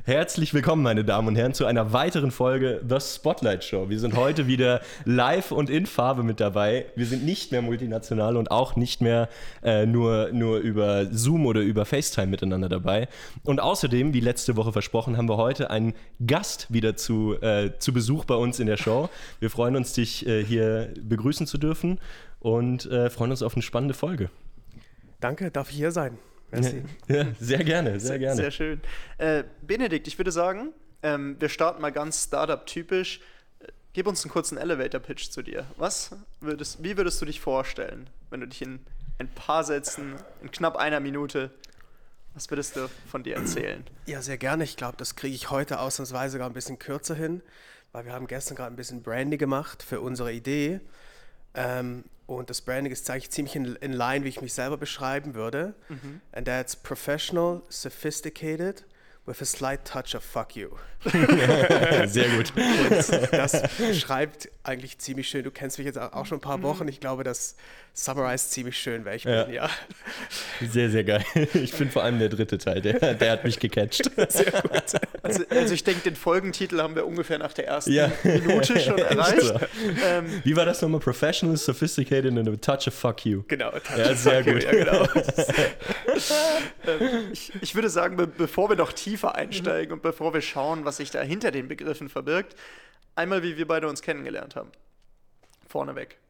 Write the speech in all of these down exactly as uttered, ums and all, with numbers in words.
Herzlich willkommen, meine Damen und Herren, zu einer weiteren Folge The Spotlight Show. Wir sind heute wieder live und in Farbe mit dabei. Wir sind nicht mehr multinational und auch nicht mehr äh, nur, nur über Zoom oder über FaceTime miteinander dabei. Und außerdem, wie letzte Woche versprochen, haben wir heute einen Gast wieder zu, äh, zu Besuch bei uns in der Show. Wir freuen uns, dich äh, hier begrüßen zu dürfen und äh, freuen uns auf eine spannende Folge. Danke, darf ich hier sein? Merci. Ja, sehr gerne, sehr, sehr gerne. Sehr schön. Äh, Benedikt, ich würde sagen, ähm, wir starten mal ganz Startup-typisch. Gib uns einen kurzen Elevator-Pitch zu dir. Was würdest, wie würdest du dich vorstellen, wenn du dich in ein paar Sätzen, in knapp einer Minute, was würdest du von dir erzählen? Ja, sehr gerne. Ich glaube, das kriege ich heute ausnahmsweise sogar ein bisschen kürzer hin, weil wir haben gestern gerade ein bisschen Branding gemacht für unsere Idee. Ähm, und das Branding ist eigentlich ziemlich in, in line, wie ich mich selber beschreiben würde. Mhm. And that's professional, sophisticated, with a slight touch of fuck you. Sehr gut. Und das beschreibt eigentlich ziemlich schön. Du kennst mich jetzt auch schon ein paar Wochen. Ich glaube, das summarized ziemlich schön, wer ich ja. bin. Ja. Sehr, sehr geil. Ich finde vor allem der dritte Teil, der, der hat mich gecatcht. Sehr gut. Also, also ich denke, den Folgentitel haben wir ungefähr nach der ersten ja. Minute schon erreicht. So. Ähm, Wie war das nochmal? Professional, sophisticated and a touch of fuck you. Genau. Ja, sehr gut. You, ja, genau. ähm, ich, ich würde sagen, be- bevor wir noch tiefer einsteigen und bevor wir schauen, was sich da hinter den Begriffen verbirgt, einmal, wie wir beide uns kennengelernt haben. Vorneweg.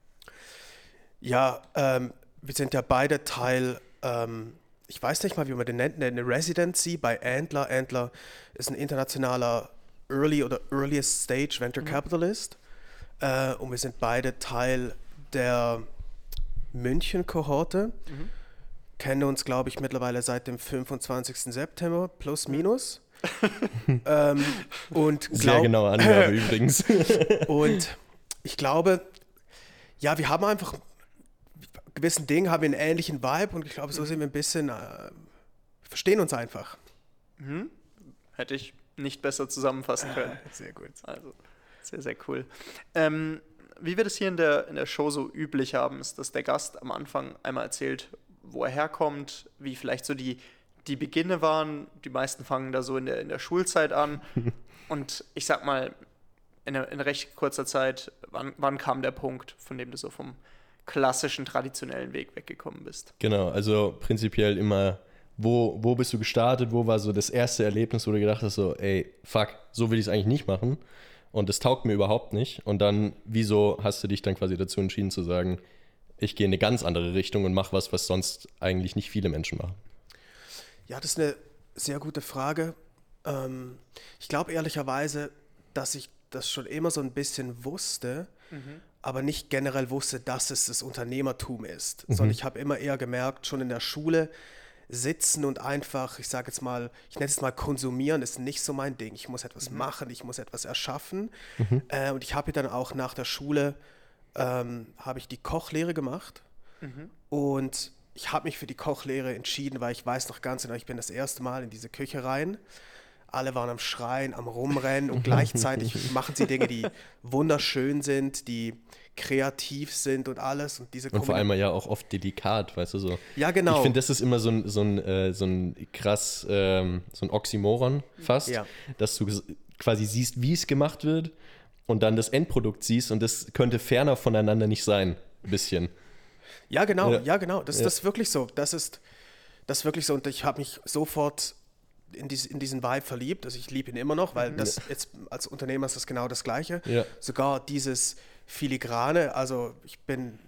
Ja, ähm, wir sind ja beide Teil, ähm, ich weiß nicht mal, wie man den nennt, eine Residency bei Antler. Antler ist ein internationaler Early oder Earliest Stage Venture mhm. Capitalist. Äh, und wir sind beide Teil der München-Kohorte. Mhm. Kennen uns, glaube ich, mittlerweile seit dem fünfundzwanzigsten September, plus minus. ähm, und glaub, Sehr genaue Angabe übrigens. Und ich glaube, ja, wir haben einfach gewissen Dingen haben wir einen ähnlichen Vibe und ich glaube, so sind wir ein bisschen, äh, verstehen uns einfach. Mhm. Hätte ich nicht besser zusammenfassen können. Ah, sehr gut. Also, sehr, sehr cool. Ähm, wie wir das hier in der, in der Show so üblich haben, ist, dass der Gast am Anfang einmal erzählt, wo er herkommt, wie vielleicht so die, die Beginne waren. Die meisten fangen da so in der, in der Schulzeit an. Und ich sag mal, in, in recht kurzer Zeit, wann, wann kam der Punkt, von dem du so vom klassischen, traditionellen Weg weggekommen bist? Genau, also prinzipiell immer, wo, wo bist du gestartet, wo war so das erste Erlebnis, wo du gedacht hast, so, ey, fuck, so will ich es eigentlich nicht machen und das taugt mir überhaupt nicht. Und dann, wieso hast du dich dann quasi dazu entschieden zu sagen, ich gehe in eine ganz andere Richtung und mache was, was sonst eigentlich nicht viele Menschen machen? Ja, das ist eine sehr gute Frage. Ähm, ich glaube ehrlicherweise, dass ich das schon immer so ein bisschen wusste, mhm. aber nicht generell wusste, dass es das Unternehmertum ist. Mhm. Sondern ich habe immer eher gemerkt, schon in der Schule sitzen und einfach, ich sage jetzt mal, ich nenne es mal konsumieren, ist nicht so mein Ding. Ich muss etwas mhm. machen, ich muss etwas erschaffen. Mhm. Äh, und ich habe dann auch nach der Schule, ähm, habe ich die Kochlehre gemacht. Mhm. Und ich habe mich für die Kochlehre entschieden, weil ich weiß noch ganz genau, ich bin das erste Mal in diese Küche rein. Alle waren am Schreien, am Rumrennen und gleichzeitig machen sie Dinge, die wunderschön sind, die kreativ sind und alles. Und, diese und vor allem ja auch oft delikat, weißt du so. Ja, genau. Ich finde, das ist immer so ein, so ein, äh, so ein krass, ähm, so ein Oxymoron fast, ja. dass du quasi siehst, wie es gemacht wird und dann das Endprodukt siehst und das könnte ferner voneinander nicht sein, ein bisschen. Ja, genau, ja, ja genau. Das, ja. das ist wirklich so. Das ist, das ist wirklich so und ich habe mich sofort In, dies, in diesen Vibe verliebt, also ich liebe ihn immer noch, weil das jetzt als Unternehmer ist das genau das Gleiche. Ja. Sogar dieses Filigrane, also ich bin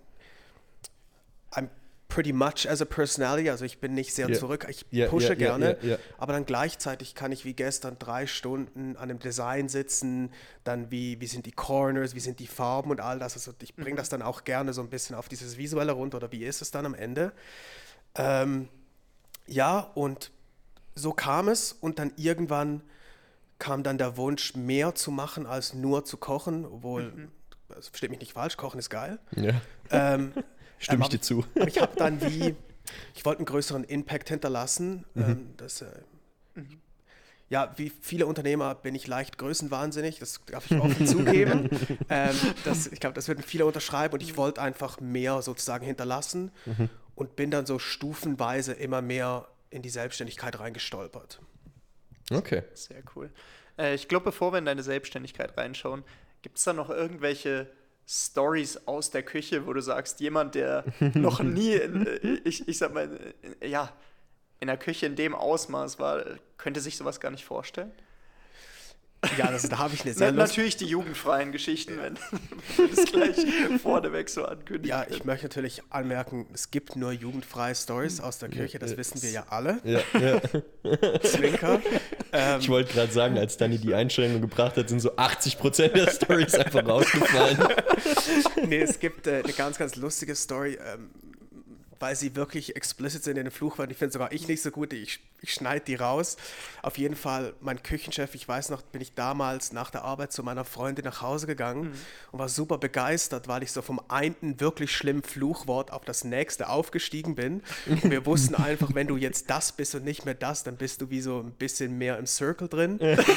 I'm pretty much as a personality, also ich bin nicht sehr yeah. zurück, ich yeah, pushe yeah, gerne, yeah, yeah, yeah. aber dann gleichzeitig kann ich wie gestern drei Stunden an dem Design sitzen, dann wie, wie sind die Corners, wie sind die Farben und all das, also ich bringe das dann auch gerne so ein bisschen auf dieses Visuelle runter, oder wie ist es dann am Ende? Ähm, ja, und so kam es und dann irgendwann kam dann der Wunsch, mehr zu machen als nur zu kochen, obwohl, mhm. also versteht mich nicht falsch, Kochen ist geil. Ja. Ähm, Stimme ähm, ich dir zu. Aber ich habe dann wie, ich wollte einen größeren Impact hinterlassen. Mhm. Ähm, das, äh, mhm. Ja, wie viele Unternehmer bin ich leicht größenwahnsinnig, das darf ich offen zugeben. Ähm, das, ich glaube, das würden viele unterschreiben und ich wollte einfach mehr sozusagen hinterlassen mhm. und bin dann so stufenweise immer mehr in die Selbstständigkeit reingestolpert. Okay. Sehr cool. Äh, ich glaube, bevor wir in deine Selbstständigkeit reinschauen, gibt es da noch irgendwelche Stories aus der Küche, wo du sagst, jemand, der noch nie, in, ich, ich sag mal, in, ja, in der Küche in dem Ausmaß war, könnte sich sowas gar nicht vorstellen? Ja, das, da habe ich eine sehr Na, Natürlich die jugendfreien Geschichten, wenn du das gleich vorneweg so ankündigst. Ja, ich möchte natürlich anmerken, es gibt nur jugendfreie Stories aus der Küche, das wissen wir ja alle. Ja, ja. Zwinker. Ähm, Ich wollte gerade sagen, als Dani die Einschränkung gebracht hat, sind so achtzig Prozent der Stories einfach rausgefallen. nee, es gibt äh, eine ganz, ganz lustige Story, ähm, weil sie wirklich explicit sind in den Fluchwörtern. Ich finde sogar ich nicht so gut, ich, ich schneide die raus. Auf jeden Fall, mein Küchenchef, ich weiß noch, bin ich damals nach der Arbeit zu meiner Freundin nach Hause gegangen mhm. und war super begeistert, weil ich so vom einen wirklich schlimmen Fluchwort auf das nächste aufgestiegen bin. Und wir wussten einfach, wenn du jetzt das bist und nicht mehr das, dann bist du wie so ein bisschen mehr im Circle drin.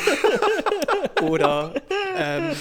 oder ähm,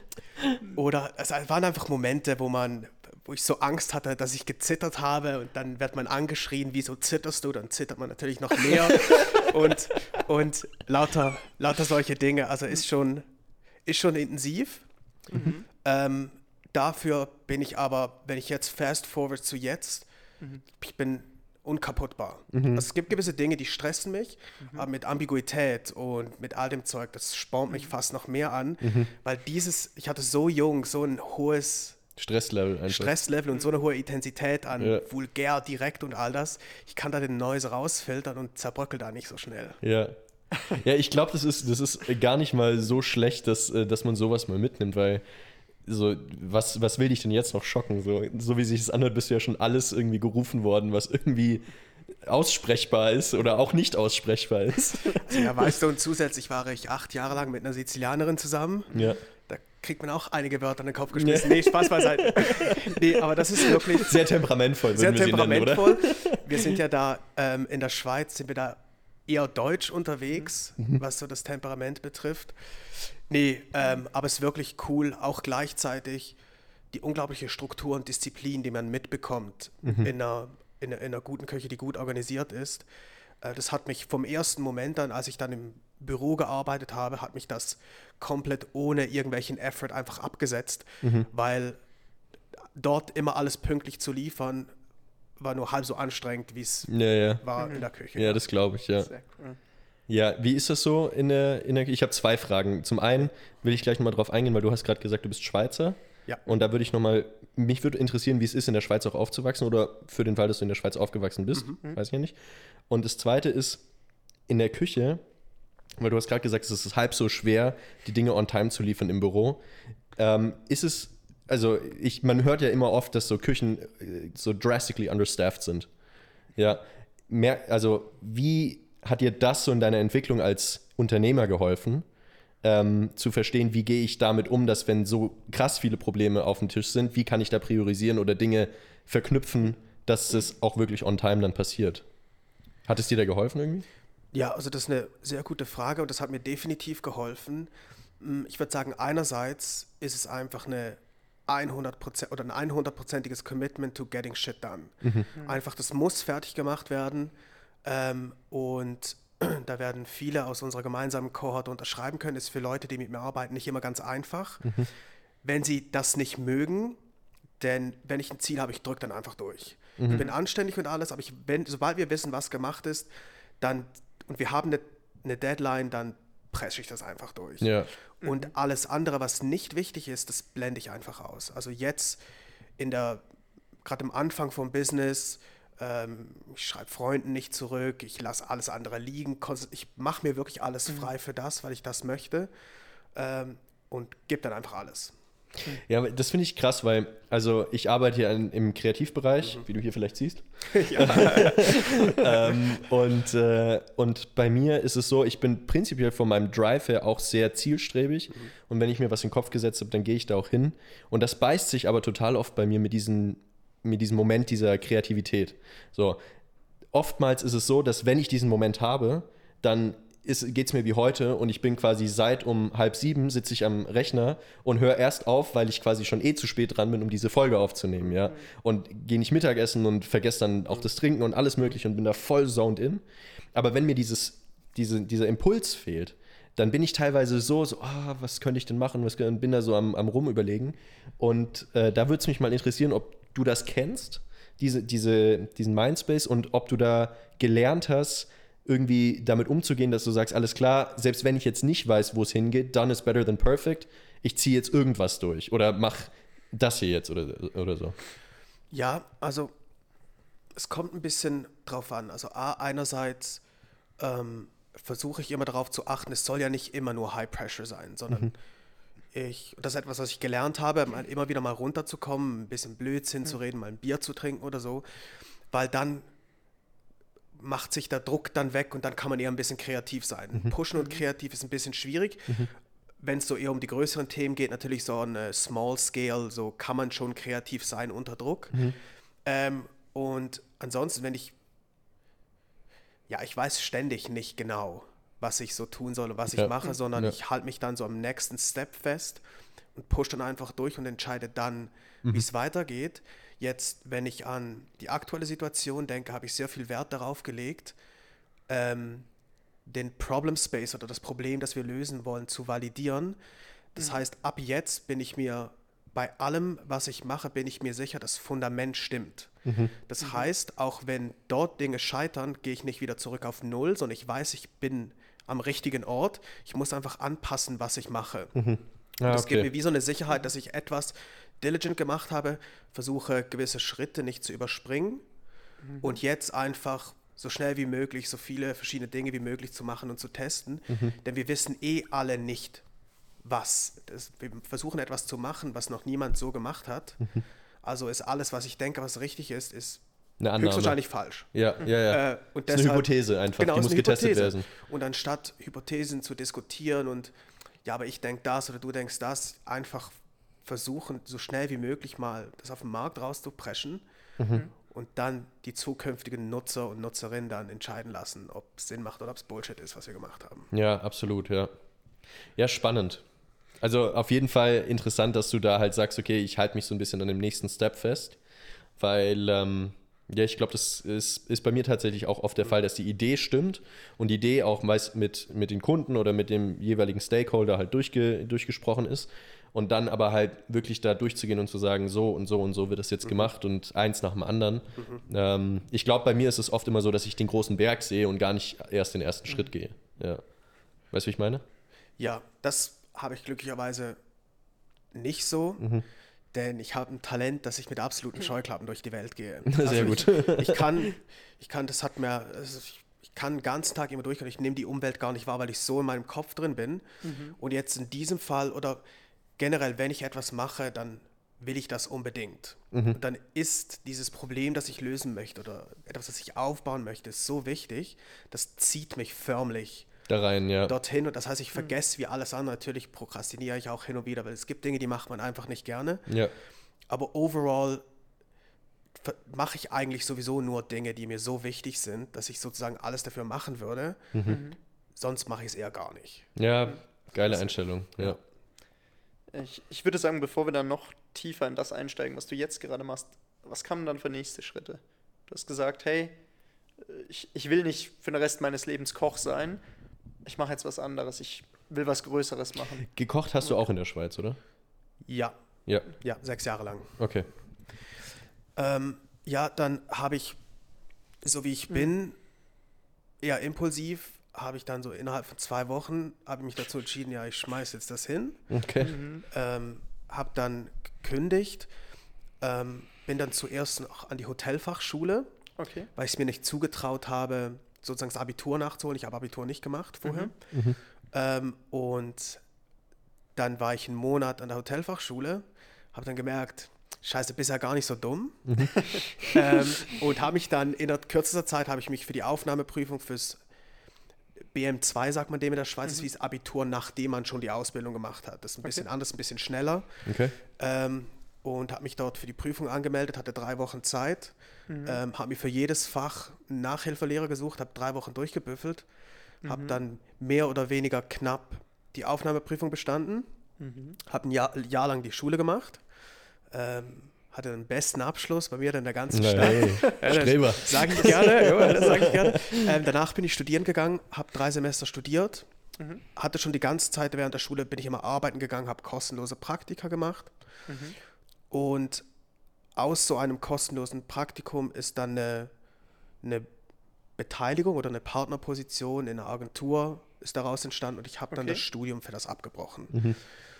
oder es waren einfach Momente, wo man wo ich so Angst hatte, dass ich gezittert habe und dann wird man angeschrien, wieso zitterst du? Dann zittert man natürlich noch mehr und, und lauter, lauter solche Dinge. Also ist schon, ist schon intensiv. Mhm. Ähm, dafür bin ich aber, wenn ich jetzt fast forward zu jetzt, mhm. ich bin unkaputtbar. Mhm. Also es gibt gewisse Dinge, die stressen mich, mhm. aber mit Ambiguität und mit all dem Zeug, das spornt mich fast noch mehr an, mhm. weil dieses, ich hatte so jung, so ein hohes Stresslevel einfach. Stresslevel und so eine hohe Intensität an ja. vulgär, direkt und all das. Ich kann da den Noise rausfiltern und zerbröckelt da nicht so schnell. Ja, ja ich glaube, das ist, das ist gar nicht mal so schlecht, dass, dass man sowas mal mitnimmt, weil so, was, was will dich denn jetzt noch schocken? So, so wie sich das anhört, bist du ja schon alles irgendwie gerufen worden, was irgendwie aussprechbar ist oder auch nicht aussprechbar ist. Also, ja, weißt du, und zusätzlich war ich acht Jahre lang mit einer Sizilianerin zusammen. Ja. Da kriegt man auch einige Wörter in den Kopf geschmissen. Nee, Spaß beiseite. Nee, aber das ist wirklich... Sehr temperamentvoll, Sehr würden wir temperamentvoll. Sie nennen, oder? Wir sind ja da ähm, in der Schweiz, sind wir da eher deutsch unterwegs, mhm. was so das Temperament betrifft. Nee, ähm, aber es ist wirklich cool, auch gleichzeitig die unglaubliche Struktur und Disziplin, die man mitbekommt mhm. in, einer, in, einer, in einer guten Küche, die gut organisiert ist. Äh, das hat mich vom ersten Moment an, als ich dann im Büro gearbeitet habe, hat mich das komplett ohne irgendwelchen Effort einfach abgesetzt, mhm. weil dort immer alles pünktlich zu liefern, war nur halb so anstrengend, wie es ja, ja. war in der Küche. Ja, das glaube ich, ja. Sehr cool. Ja, wie ist das so in der, in der Küche? Ich habe zwei Fragen. Zum einen will ich gleich nochmal drauf eingehen, weil du hast gerade gesagt, du bist Schweizer. Ja. Und da würde ich nochmal, mich würde interessieren, wie es ist, in der Schweiz auch aufzuwachsen oder für den Fall, dass du in der Schweiz aufgewachsen bist, mhm. weiß ich ja nicht. Und das zweite ist, in der Küche, weil du hast gerade gesagt, es ist halb so schwer, die Dinge on time zu liefern im Büro. Ähm, ist es, also ich, man hört ja immer oft, dass so Küchen äh, so drastically understaffed sind. Ja, mehr, also wie hat dir das so in deiner Entwicklung als Unternehmer geholfen, ähm, zu verstehen, wie gehe ich damit um, dass wenn so krass viele Probleme auf dem Tisch sind, wie kann ich da priorisieren oder Dinge verknüpfen, dass es auch wirklich on time dann passiert? Hat es dir da geholfen irgendwie? Ja, also das ist eine sehr gute Frage und das hat mir definitiv geholfen. Ich würde sagen, einerseits ist es einfach eine hundert Prozent oder ein hundertprozentiges Commitment to getting shit done. Mhm. Einfach, das muss fertig gemacht werden ähm, und da werden viele aus unserer gemeinsamen Kohorte unterschreiben können. Ist für Leute, die mit mir arbeiten, nicht immer ganz einfach. Mhm. Wenn sie das nicht mögen, denn wenn ich ein Ziel habe, ich drücke dann einfach durch. Mhm. Ich bin anständig und alles, aber ich, wenn, sobald wir wissen, was gemacht ist, dann und wir haben eine, eine Deadline, dann presse ich das einfach durch. Ja. Und alles andere, was nicht wichtig ist, das blende ich einfach aus. Also jetzt in der, gerade am Anfang vom Business, ähm, ich schreibe Freunden nicht zurück, ich lasse alles andere liegen, ich mache mir wirklich alles frei für das, weil ich das möchte ähm, und gebe dann einfach alles. Ja, das finde ich krass, weil, also ich arbeite hier in, im Kreativbereich, mhm. wie du hier vielleicht siehst. ähm, und, äh, und bei mir ist es so, ich bin prinzipiell von meinem Drive her auch sehr zielstrebig mhm. und wenn ich mir was in den Kopf gesetzt habe, dann gehe ich da auch hin. Und das beißt sich aber total oft bei mir mit, diesen, mit diesem Moment dieser Kreativität. So, oftmals ist es so, dass wenn ich diesen Moment habe, dann geht es mir wie heute und ich bin quasi seit um halb sieben sitze ich am Rechner und höre erst auf, weil ich quasi schon eh zu spät dran bin, um diese Folge aufzunehmen, ja. Und gehe nicht Mittagessen und vergesse dann auch das Trinken und alles mögliche und bin da voll zoned in. Aber wenn mir dieses diese, dieser Impuls fehlt, dann bin ich teilweise so, so ah, was könnte ich denn machen, was, bin da so am, am Rumüberlegen. Und äh, da würde es mich mal interessieren, ob du das kennst, diese, diese, diesen Mindspace, und ob du da gelernt hast, irgendwie damit umzugehen, dass du sagst, alles klar, selbst wenn ich jetzt nicht weiß, wo es hingeht, done is better than perfect, ich ziehe jetzt irgendwas durch oder mach das hier jetzt oder, oder so. Ja, also es kommt ein bisschen drauf an. Also A, einerseits ähm, versuche ich immer darauf zu achten, es soll ja nicht immer nur High Pressure sein, sondern mhm. ich, das ist etwas, was ich gelernt habe, mal immer wieder mal runterzukommen, ein bisschen Blödsinn mhm. zu reden, mal ein Bier zu trinken oder so, weil dann macht sich der Druck dann weg und dann kann man eher ein bisschen kreativ sein. Mhm. Pushen und kreativ ist ein bisschen schwierig. Mhm. Wenn es so eher um die größeren Themen geht, natürlich so eine Small Scale, so kann man schon kreativ sein unter Druck. Mhm. Ähm, und ansonsten, wenn ich ja, ich weiß ständig nicht genau, was ich so tun soll und was ja. ich mache, sondern ja. ich halte mich dann so am nächsten Step fest und pushe dann einfach durch und entscheide dann, mhm. wie es weitergeht. Jetzt, wenn ich an die aktuelle Situation denke, habe ich sehr viel Wert darauf gelegt, ähm, den Problem Space oder das Problem, das wir lösen wollen, zu validieren. Das mhm. heißt, ab jetzt bin ich mir bei allem, was ich mache, bin ich mir sicher, das Fundament stimmt. Mhm. Das mhm. heißt, auch wenn dort Dinge scheitern, gehe ich nicht wieder zurück auf Null, sondern ich weiß, ich bin am richtigen Ort. Ich muss einfach anpassen, was ich mache. Mhm. Ah, das okay. gibt mir wie so eine Sicherheit, dass ich etwas diligent gemacht habe, versuche gewisse Schritte nicht zu überspringen mhm. und jetzt einfach so schnell wie möglich so viele verschiedene Dinge wie möglich zu machen und zu testen. Mhm. Denn wir wissen eh alle nicht, was. Das, wir versuchen etwas zu machen, was noch niemand so gemacht hat. Mhm. Also ist alles, was ich denke, was richtig ist, ist höchstwahrscheinlich falsch. Ja, ja, ja. Äh, und das deshalb, ist eine Hypothese einfach, genau, die muss getestet Hypothese. werden. Und anstatt Hypothesen zu diskutieren und ja, aber ich denke das oder du denkst das, einfach versuchen, so schnell wie möglich mal das auf den Markt rauszupreschen mhm. und dann die zukünftigen Nutzer und Nutzerinnen dann entscheiden lassen, ob es Sinn macht oder ob es Bullshit ist, was wir gemacht haben. Ja, absolut, ja. Ja, spannend. Also auf jeden Fall interessant, dass du da halt sagst, okay, ich halte mich so ein bisschen an dem nächsten Step fest, weil ähm, ja, ich glaube, das ist, ist bei mir tatsächlich auch oft der Fall, dass die Idee stimmt und die Idee auch meist mit, mit den Kunden oder mit dem jeweiligen Stakeholder halt durchge, durchgesprochen ist und dann aber halt wirklich da durchzugehen und zu sagen, so und so und so wird das jetzt mhm. gemacht und eins nach dem anderen. Mhm. Ähm, ich glaube, bei mir ist es oft immer so, dass ich den großen Berg sehe und gar nicht erst den ersten mhm. Schritt gehe. Ja. Weißt du, wie ich meine? Ja, das habe ich glücklicherweise nicht so, mhm. denn ich habe ein Talent, dass ich mit absoluten Scheuklappen durch die Welt gehe. Sehr also gut. Ich, ich, kann, ich kann, das hat mir, also ich, ich kann den ganzen Tag immer durchgehen, ich nehme die Umwelt gar nicht wahr, weil ich so in meinem Kopf drin bin. Mhm. Und jetzt in diesem Fall oder generell, wenn ich etwas mache, dann will ich das unbedingt. Mhm. Und dann ist dieses Problem, das ich lösen möchte oder etwas, das ich aufbauen möchte, so wichtig, das zieht mich förmlich da rein, ja. dorthin. Und das heißt, ich vergesse wie alles andere. Natürlich prokrastiniere ich auch hin und wieder, weil es gibt Dinge, die macht man einfach nicht gerne. Ja. Aber overall mache ich eigentlich sowieso nur Dinge, die mir so wichtig sind, dass ich sozusagen alles dafür machen würde. Mhm. Sonst mache ich es eher gar nicht. Ja, geile Einstellung. Ja. Ich, ich würde sagen, bevor wir dann noch tiefer in das einsteigen, was du jetzt gerade machst, was kamen dann für nächste Schritte? Du hast gesagt, hey, ich, ich will nicht für den Rest meines Lebens Koch sein. Ich mache jetzt was anderes, ich will was Größeres machen. Gekocht hast du auch in der Schweiz, oder? Ja. Ja. Ja, sechs Jahre lang. Okay. Ähm, ja, dann habe ich, so wie ich bin, mhm. eher impulsiv, habe ich dann so innerhalb von zwei Wochen, habe ich mich dazu entschieden, ja, ich schmeiße jetzt das hin. Okay. Mhm. Ähm, habe dann gekündigt, ähm, bin dann zuerst noch an die Hotelfachschule, okay. weil ich es mir nicht zugetraut habe, sozusagen das Abitur nachzuholen. Ich habe Abitur nicht gemacht vorher. Mhm. Mhm. Ähm, und dann war ich einen Monat an der Hotelfachschule, habe dann gemerkt, scheiße, bist ja gar nicht so dumm. Mhm. ähm, und habe mich dann in der kürzester Zeit, habe ich mich für die Aufnahmeprüfung fürs B M zwei, sagt man dem in der Schweiz, mhm. ist wie das Abitur, nachdem man schon die Ausbildung gemacht hat. Das ist ein bisschen okay. anders, ein bisschen schneller. Okay. Ähm, und habe mich dort für die Prüfung angemeldet, hatte drei Wochen Zeit, mhm. ähm, habe mir für jedes Fach einen Nachhilfelehrer gesucht, habe drei Wochen durchgebüffelt, mhm. habe dann mehr oder weniger knapp die Aufnahmeprüfung bestanden, mhm. habe ein Jahr, Jahr lang die Schule gemacht, ähm, hatte den besten Abschluss bei mir in der ganzen Nein, Stadt. Ja, Streber. Sage ich gerne, ja, das sage ich gerne. Ähm, danach bin ich studieren gegangen, habe drei Semester studiert, mhm. hatte schon die ganze Zeit während der Schule, bin ich immer arbeiten gegangen, habe kostenlose Praktika gemacht. Mhm. Und aus so einem kostenlosen Praktikum ist dann eine, eine Beteiligung oder eine Partnerposition in einer Agentur ist daraus entstanden und ich habe dann okay. das Studium für das abgebrochen. Mhm.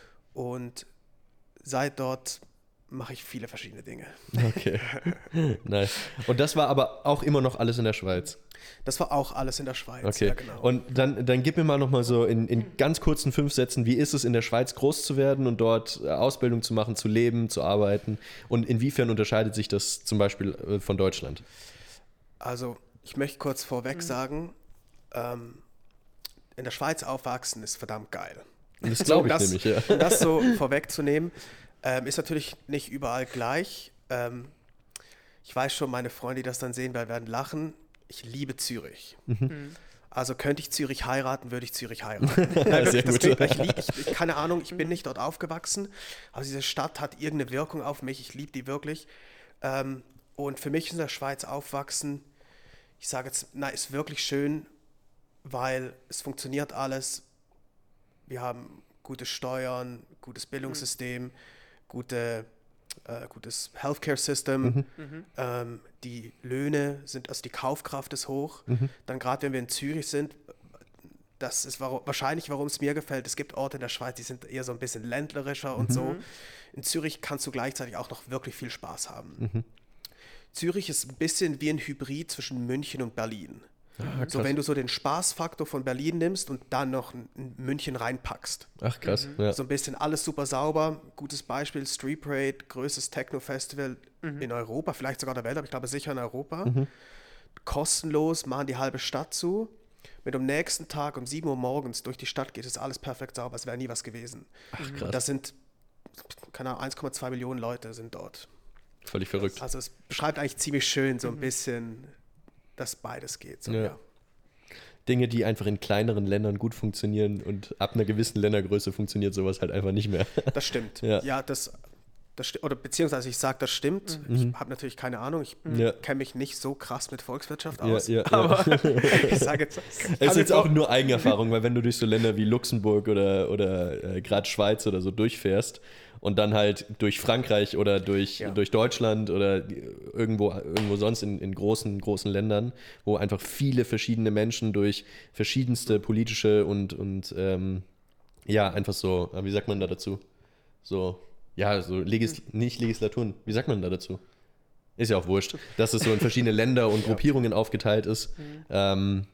Und seit dort mache ich viele verschiedene Dinge. Okay, nice. Und das war aber auch immer noch alles in der Schweiz? Das war auch alles in der Schweiz, okay. ja genau. Und dann, dann gib mir mal nochmal so in, in ganz kurzen fünf Sätzen, wie ist es in der Schweiz groß zu werden und dort Ausbildung zu machen, zu leben, zu arbeiten und inwiefern unterscheidet sich das zum Beispiel von Deutschland? Also ich möchte kurz vorweg mhm. sagen, ähm, in der Schweiz aufwachsen ist verdammt geil. Das glaube ich so, das, nämlich, ja. Um das so vorwegzunehmen, ähm, ist natürlich nicht überall gleich. Ähm, ich weiß schon, meine Freunde, die das dann sehen werden, lachen. Ich liebe Zürich. Mhm. Also könnte ich Zürich heiraten, würde ich Zürich heiraten. Nein, Sehr gut. Klingt, ich lieb, ich, keine Ahnung, ich bin nicht dort aufgewachsen, aber diese Stadt hat irgendeine Wirkung auf mich. Ich liebe die wirklich. Ähm, und für mich in der Schweiz aufwachsen, ich sage jetzt, na, ist wirklich schön, weil es funktioniert alles. Wir haben gute Steuern, gutes Bildungssystem, mhm. gute, äh, gutes Healthcare-System. Mhm. Ähm, die Löhne sind, also die Kaufkraft ist hoch. Mhm. Dann gerade, wenn wir in Zürich sind, das ist warum, wahrscheinlich, warum es mir gefällt. Es gibt Orte in der Schweiz, die sind eher so ein bisschen ländlerischer und mhm. so. In Zürich kannst du gleichzeitig auch noch wirklich viel Spaß haben. Mhm. Zürich ist ein bisschen wie ein Hybrid zwischen München und Berlin. Ah, so, wenn du so den Spaßfaktor von Berlin nimmst und dann noch in München reinpackst. Ach, krass. Mhm. Ja. So ein bisschen alles super sauber. Gutes Beispiel, Street Parade, größtes Techno-Festival mhm. in Europa, vielleicht sogar der Welt, aber ich glaube sicher in Europa. Mhm. Kostenlos, machen die halbe Stadt zu. Wenn du am nächsten Tag um sieben Uhr morgens durch die Stadt gehst, ist alles perfekt sauber, es wäre nie was gewesen. Ach, krass. Und das sind, keine Ahnung, eins Komma zwei Millionen Leute sind dort. Völlig verrückt. Also es beschreibt eigentlich ziemlich schön so ein bisschen, dass beides geht. So, ja. Ja. Dinge, die einfach in kleineren Ländern gut funktionieren und ab einer gewissen Ländergröße funktioniert sowas halt einfach nicht mehr. Das stimmt. Ja, ja das, das sti- oder beziehungsweise ich sage, das stimmt. Mhm. Ich habe natürlich keine Ahnung, ich ja. kenne mich nicht so krass mit Volkswirtschaft aus, ja, ja, aber ja. ich sage jetzt... Es ist jetzt auch nur Eigenerfahrung, weil wenn du durch so Länder wie Luxemburg oder, oder äh, gerade Schweiz oder so durchfährst und dann halt durch Frankreich oder durch, ja. durch Deutschland oder irgendwo, irgendwo sonst in, in großen, großen Ländern, wo einfach viele verschiedene Menschen durch verschiedenste politische und, und ähm, ja, einfach so, wie sagt man da dazu? So, ja, so Legis- nicht Legislaturen, wie sagt man da dazu? Ist ja auch wurscht, dass es so in verschiedene Länder und Gruppierungen aufgeteilt ist. Mhm. Ähm,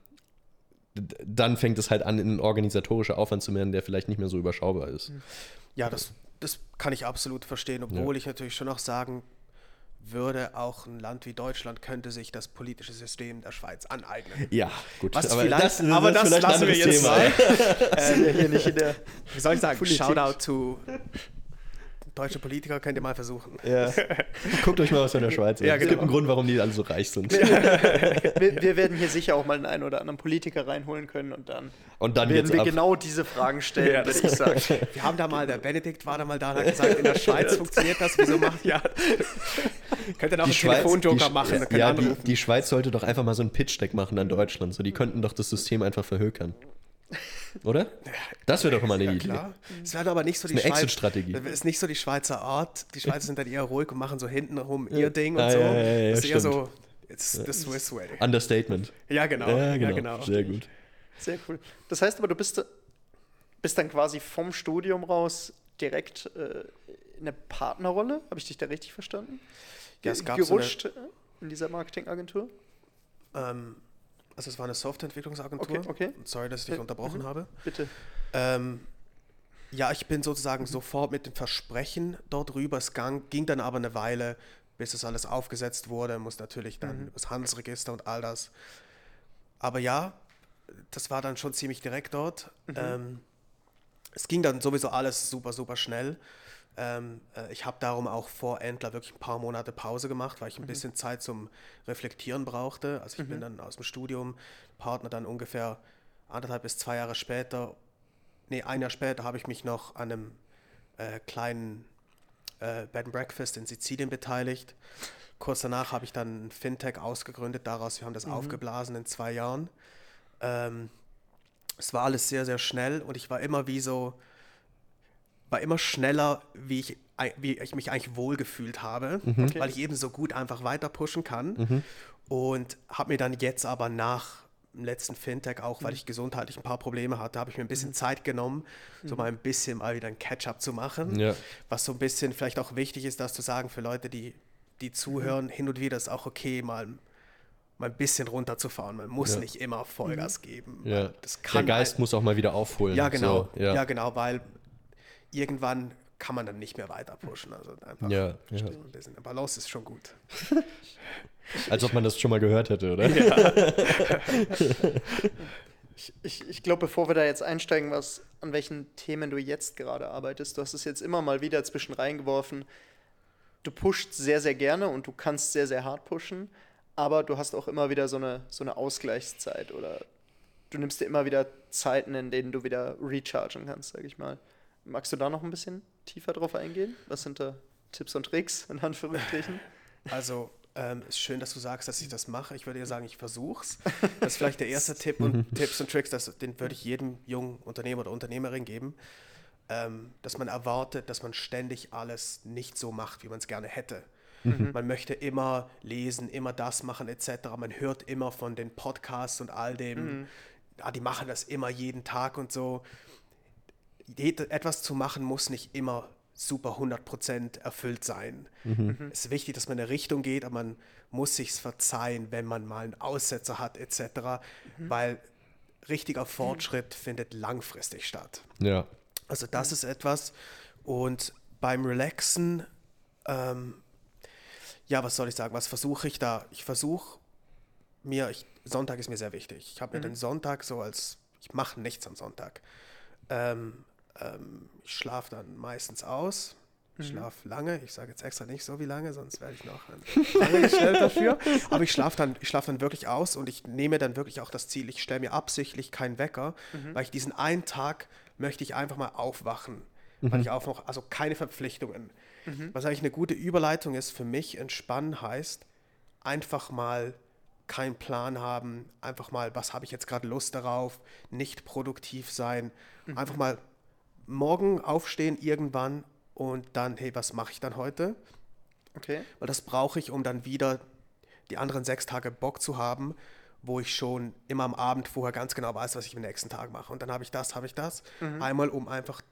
d- dann fängt es halt an, ein organisatorischer Aufwand zu werden, der vielleicht nicht mehr so überschaubar ist. Ja, das, das kann ich absolut verstehen, obwohl ja. ich natürlich schon auch sagen würde, auch ein Land wie Deutschland könnte sich das politische System der Schweiz aneignen. Ja, gut. Was aber vielleicht, das, das, aber das, das das lassen wir jetzt Thema. mal. äh, hier nicht in der, wie soll ich sagen, Politik. Shoutout to deutsche Politiker, könnt ihr mal versuchen. Ja. Guckt euch mal was in der Schweiz an. Ja, es genau. gibt einen Grund, warum die alle so reich sind. wir, wir werden hier sicher auch mal den einen oder anderen Politiker reinholen können und dann, und dann werden wir ab. genau diese Fragen stellen, ja, würde ich sagen. Wir haben da mal, der Benedikt war da mal da und hat gesagt, in der Schweiz funktioniert das, wieso macht ja. Könnt ihr noch einen Telefonjoker machen? Die, ja, die, die Schweiz sollte doch einfach mal so ein Pitch-Deck machen an Deutschland. So, die könnten doch das System einfach verhökern. Oder? Das wäre doch mal eine ja, Idee. Klar. Es wäre aber nicht so die eine Schweiz. Exit-Strategie. Das ist nicht so die Schweizer Art. Die Schweizer sind dann eher ruhig und machen so hintenrum ihr Ding und ah, so. Ja, ja, ja, das ist stimmt. eher so, it's the Swiss way. Understatement. Ja, genau. Ja, genau. Ja, genau. Sehr gut. Sehr cool. Das heißt aber, du bist, bist dann quasi vom Studium raus direkt äh, in eine Partnerrolle. Habe ich dich da richtig verstanden? Ja, es gab gerutscht so eine, in dieser Marketingagentur? Ähm, also es war eine Softwareentwicklungsagentur. Okay, okay. Sorry, dass ich dich äh, unterbrochen mhm. habe. Bitte. Ähm, ja, ich bin sozusagen mhm. sofort mit dem Versprechen dort rüber. Es gang, ging dann aber eine Weile, bis das alles aufgesetzt wurde. Muss natürlich dann mhm. das Handelsregister und all das. Aber ja, das war dann schon ziemlich direkt dort. Mhm. Ähm, es ging dann sowieso alles super, super schnell. Ähm, äh, ich habe darum auch vor Entler wirklich ein paar Monate Pause gemacht, weil ich ein mhm. bisschen Zeit zum Reflektieren brauchte. Also ich mhm. bin dann aus dem Studium, Partner dann ungefähr anderthalb bis zwei Jahre später, nee, ein Jahr später habe ich mich noch an einem äh, kleinen äh, Bed and Breakfast in Sizilien beteiligt. Kurz danach habe ich dann ein Fintech ausgegründet, daraus, wir haben das mhm. aufgeblasen in zwei Jahren. Ähm, es war alles sehr, sehr schnell und ich war immer wie so, war immer schneller, wie ich, wie ich mich eigentlich wohlgefühlt habe, mhm. okay. weil ich eben so gut einfach weiter pushen kann. Mhm. Und habe mir dann jetzt aber nach dem letzten Fintech, auch weil ich gesundheitlich ein paar Probleme hatte, habe ich mir ein bisschen mhm. Zeit genommen, so mal ein bisschen mal wieder ein Catch-up zu machen. Ja. Was so ein bisschen vielleicht auch wichtig ist, das zu sagen für Leute, die, die zuhören, mhm. hin und wieder ist auch okay, mal, mal ein bisschen runterzufahren. Man muss ja. nicht immer Vollgas mhm. geben. Ja. Das kann Der Geist halt, muss auch mal wieder aufholen. Ja, genau. So, ja. ja, genau, weil irgendwann kann man dann nicht mehr weiter pushen. Also einfach ja, ja. ein bisschen. Der Balance ist schon gut. Als ob man das schon mal gehört hätte, oder? Ja. ich ich, ich glaube, bevor wir da jetzt einsteigen, was, an welchen Themen du jetzt gerade arbeitest, du hast es jetzt immer mal wieder zwischen reingeworfen. Du pushst sehr, sehr gerne und du kannst sehr, sehr hart pushen, aber du hast auch immer wieder so eine, so eine Ausgleichszeit oder du nimmst dir immer wieder Zeiten, in denen du wieder rechargen kannst, sag ich mal. Magst du da noch ein bisschen tiefer drauf eingehen? Was sind da Tipps und Tricks in Anführungsstrichen? Also, ähm, ist schön, dass du sagst, dass ich das mache. Ich würde ja sagen, ich versuch's. Das ist vielleicht der erste Tipp und Tipps und Tricks, das, den würde ich jedem jungen Unternehmer oder Unternehmerin geben, ähm, dass man erwartet, dass man ständig alles nicht so macht, wie man es gerne hätte. Mhm. Man möchte immer lesen, immer das machen et cetera. Man hört immer von den Podcasts und all dem, mhm. ja, die machen das immer jeden Tag und so. Etwas zu machen muss nicht immer super hundert Prozent erfüllt sein. Mhm. Es ist wichtig, dass man in eine Richtung geht, aber man muss sich's verzeihen, wenn man mal einen Aussetzer hat et cetera, mhm. weil richtiger Fortschritt mhm. findet langfristig statt. Ja. Also das ist etwas. Und beim Relaxen, ähm, ja, was soll ich sagen, was versuche ich da? Ich versuche mir, ich, Sonntag ist mir sehr wichtig. Ich habe mir mhm. den Sonntag so als, ich mache nichts am Sonntag. Ähm, ähm, ich schlafe dann meistens aus. Ich mhm. schlafe lange. Ich sage jetzt extra nicht so wie lange, sonst werde ich noch lange gestellt dafür. Aber ich schlafe dann, ich schlafe dann wirklich aus und ich nehme dann wirklich auch das Ziel, ich stelle mir absichtlich keinen Wecker, mhm. weil ich diesen einen Tag möchte ich einfach mal aufwachen. Mhm. Weil ich auch noch, also keine Verpflichtungen. Mhm. Was eigentlich eine gute Überleitung ist für mich, entspannen heißt, einfach mal keinen Plan haben, einfach mal, was habe ich jetzt gerade Lust darauf, nicht produktiv sein, mhm. einfach mal morgen aufstehen irgendwann und dann, hey, was mache ich dann heute? Okay. Weil das brauche ich, um dann wieder die anderen sechs Tage Bock zu haben, wo ich schon immer am Abend vorher ganz genau weiß, was ich am nächsten Tag mache. Und dann habe ich das, habe ich das. Mhm. Einmal, um einfach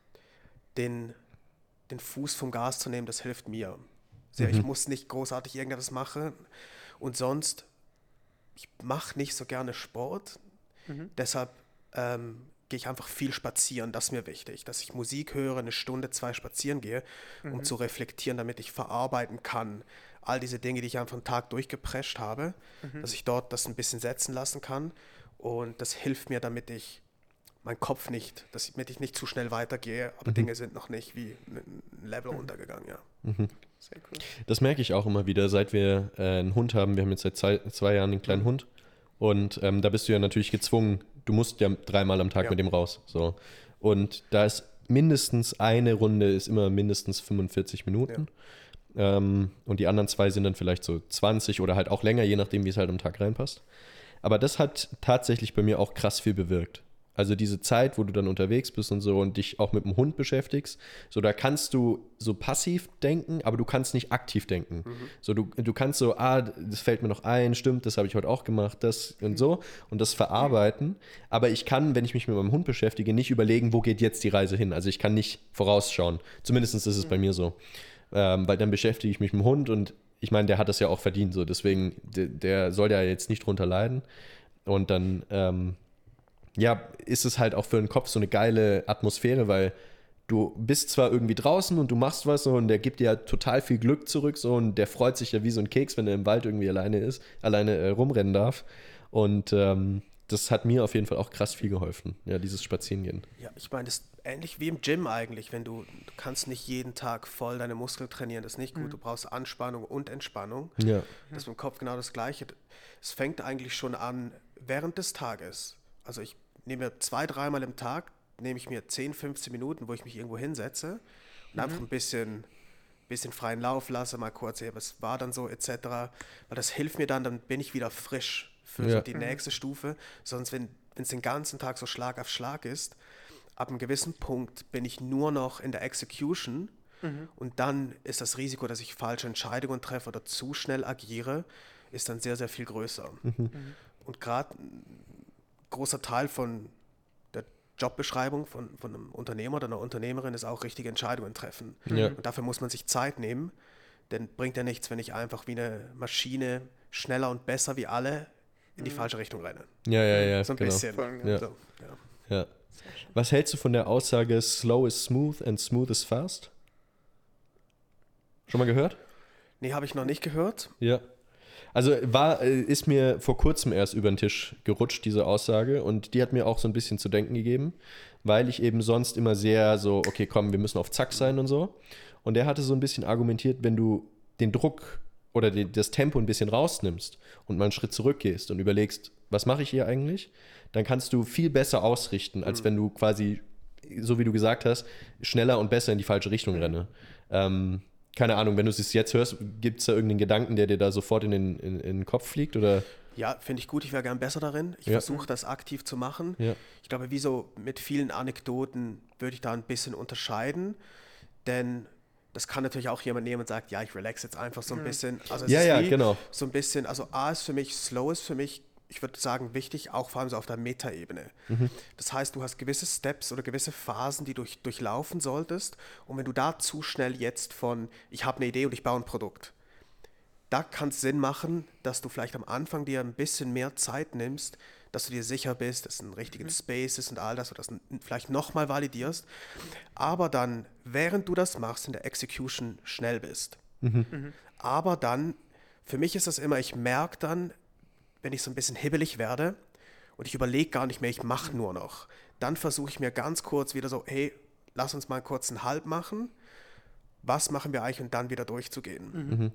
den, den Fuß vom Gas zu nehmen, das hilft mir. Sehr, mhm. Ich muss nicht großartig irgendetwas machen. Und sonst, ich mache nicht so gerne Sport. Mhm. Deshalb ähm, gehe ich einfach viel spazieren. Das ist mir wichtig, dass ich Musik höre, eine Stunde, zwei spazieren gehe, um mhm. zu reflektieren, damit ich verarbeiten kann. All diese Dinge, die ich einfach einen Tag durchgeprescht habe, mhm. dass ich dort das ein bisschen setzen lassen kann. Und das hilft mir, damit ich mein Kopf nicht, dass, damit ich nicht zu schnell weitergehe, aber mhm. Dinge sind noch nicht wie ein Level mhm. runtergegangen, ja. Mhm. Sehr cool. Das merke ich auch immer wieder, seit wir äh, einen Hund haben. Wir haben jetzt seit zwei, zwei Jahren einen kleinen mhm. Hund. Und ähm, da bist du ja natürlich gezwungen, du musst ja dreimal am Tag ja. mit dem raus. So. Und da ist mindestens eine Runde, ist immer mindestens fünfundvierzig Minuten. Ja. Ähm, und die anderen zwei sind dann vielleicht so zwanzig oder halt auch länger, je nachdem, wie es halt am Tag reinpasst. Aber das hat tatsächlich bei mir auch krass viel bewirkt. Also diese Zeit, wo du dann unterwegs bist und so und dich auch mit dem Hund beschäftigst, so da kannst du so passiv denken, aber du kannst nicht aktiv denken. Mhm. So du, du kannst so, ah, das fällt mir noch ein, stimmt, das habe ich heute auch gemacht, das und so und das verarbeiten. Aber ich kann, wenn ich mich mit meinem Hund beschäftige, nicht überlegen, wo geht jetzt die Reise hin. Also ich kann nicht vorausschauen. Zumindest ist es mhm. bei mir so. Ähm, weil dann beschäftige ich mich mit dem Hund und ich meine, der hat das ja auch verdient. So. Deswegen, der, der soll ja jetzt nicht drunter leiden. Und dann ähm, ja, ist es halt auch für den Kopf so eine geile Atmosphäre, weil du bist zwar irgendwie draußen und du machst was so und der gibt dir ja total viel Glück zurück so und der freut sich ja wie so ein Keks, wenn er im Wald irgendwie alleine ist, alleine äh, rumrennen darf. Und ähm, das hat mir auf jeden Fall auch krass viel geholfen, ja, dieses Spazierengehen. Ja, ich meine, das ist ähnlich wie im Gym eigentlich, wenn du, du kannst nicht jeden Tag voll deine Muskeln trainieren, das ist nicht gut, mhm. du brauchst Anspannung und Entspannung. Ja. Das ist im Kopf genau das Gleiche. Es fängt eigentlich schon an während des Tages. Also ich nehme mir zwei, dreimal im Tag, nehme ich mir zehn, fünfzehn Minuten, wo ich mich irgendwo hinsetze und mhm. einfach ein bisschen bisschen freien Lauf lasse, mal kurz, hey, was war dann so, et cetera. Weil das hilft mir dann, dann bin ich wieder frisch für Ja. so die nächste Stufe. Sonst, wenn es den ganzen Tag so Schlag auf Schlag ist, ab einem gewissen Punkt bin ich nur noch in der Execution mhm. und dann ist das Risiko, dass ich falsche Entscheidungen treffe oder zu schnell agiere, ist dann sehr, sehr viel größer. Mhm. Und gerade ein großer Teil von der Jobbeschreibung von, von einem Unternehmer oder einer Unternehmerin ist auch richtige Entscheidungen treffen. Ja. Und dafür muss man sich Zeit nehmen, denn bringt ja nichts, wenn ich einfach wie eine Maschine schneller und besser wie alle in die mhm. falsche Richtung renne. Ja, ja, ja. So ein genau. bisschen. Ja. So, ja. Ja. Was hältst du von der Aussage, slow is smooth and smooth is fast? Schon mal gehört? Nee, habe ich noch nicht gehört. Ja. Also war, ist mir vor kurzem erst über den Tisch gerutscht, diese Aussage, und die hat mir auch so ein bisschen zu denken gegeben, weil ich eben sonst immer sehr so, okay, komm, wir müssen auf Zack sein und so. Und der hatte so ein bisschen argumentiert, wenn du den Druck oder die, das Tempo ein bisschen rausnimmst und mal einen Schritt zurückgehst und überlegst, was mache ich hier eigentlich, dann kannst du viel besser ausrichten, als mhm. wenn du quasi, so wie du gesagt hast, schneller und besser in die falsche Richtung mhm. renne. Ähm, Keine Ahnung, wenn du es jetzt hörst, gibt es da irgendeinen Gedanken, der dir da sofort in den, in, in den Kopf fliegt? Oder? Ja, finde ich gut. Ich wäre gern besser darin. Ich ja. versuche das aktiv zu machen. Ja. Ich glaube, wie so mit vielen Anekdoten würde ich da ein bisschen unterscheiden. Denn das kann natürlich auch jemand nehmen und sagt, ja, ich relax jetzt einfach so ein mhm. bisschen. Also es ja, ist ja, wie genau. so ein bisschen, also A ist für mich, Slow ist für mich, ich würde sagen, wichtig, auch vor allem so auf der Meta-Ebene. Mhm. Das heißt, du hast gewisse Steps oder gewisse Phasen, die du durch, durchlaufen solltest. Und wenn du da zu schnell jetzt von, ich habe eine Idee und ich baue ein Produkt, da kann es Sinn machen, dass du vielleicht am Anfang dir ein bisschen mehr Zeit nimmst, dass du dir sicher bist, dass es ein richtiger mhm. Space ist und all das, oder das vielleicht nochmal validierst. Aber dann, während du das machst, in der Execution schnell bist. Mhm. Mhm. Aber dann, für mich ist das immer, ich merke dann, wenn ich so ein bisschen hibbelig werde und ich überlege gar nicht mehr, ich mache nur noch, dann versuche ich mir ganz kurz wieder so, hey, lass uns mal kurz einen Halt machen. Was machen wir eigentlich und dann wieder durchzugehen? Mhm.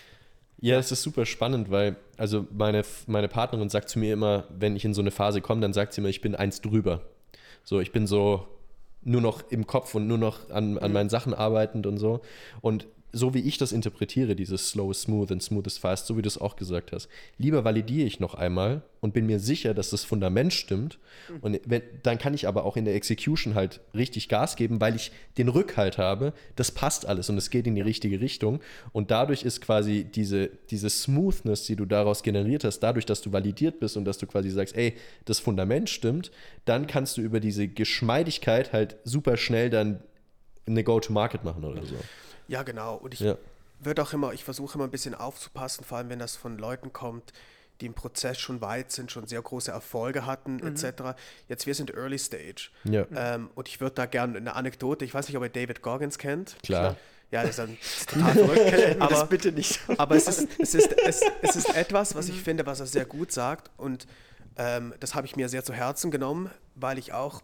Ja, es ist super spannend, weil also meine, meine Partnerin sagt zu mir immer, wenn ich in so eine Phase komme, dann sagt sie mir, ich bin eins drüber. So, ich bin so nur noch im Kopf und nur noch an, an meinen Sachen arbeitend und so. Und so wie ich das interpretiere, dieses Slow is smooth and smooth is fast, so wie du es auch gesagt hast, lieber validiere ich noch einmal und bin mir sicher, dass das Fundament stimmt. Mhm. Und wenn, dann kann ich aber auch in der Execution halt richtig Gas geben, weil ich den Rückhalt habe, das passt alles und es geht in die richtige Richtung. Und dadurch ist quasi diese, diese Smoothness, die du daraus generiert hast, dadurch, dass du validiert bist und dass du quasi sagst, ey, das Fundament stimmt, dann kannst du über diese Geschmeidigkeit halt super schnell dann eine Go-to-Market machen oder so. Ja, genau. Und ich ja. würde auch immer, ich versuche immer ein bisschen aufzupassen, vor allem wenn das von Leuten kommt, die im Prozess schon weit sind, schon sehr große Erfolge hatten, mhm. et cetera. Jetzt, wir sind Early Stage. Ja. Ähm, und ich würde da gerne eine Anekdote, ich weiß nicht, ob ihr David Goggins kennt. Klar. Ja, das ist dann total verrückt. aber das bitte nicht. aber es ist, es, ist, es, es ist etwas, was ich finde, was er sehr gut sagt. Und ähm, das habe ich mir sehr zu Herzen genommen, weil ich auch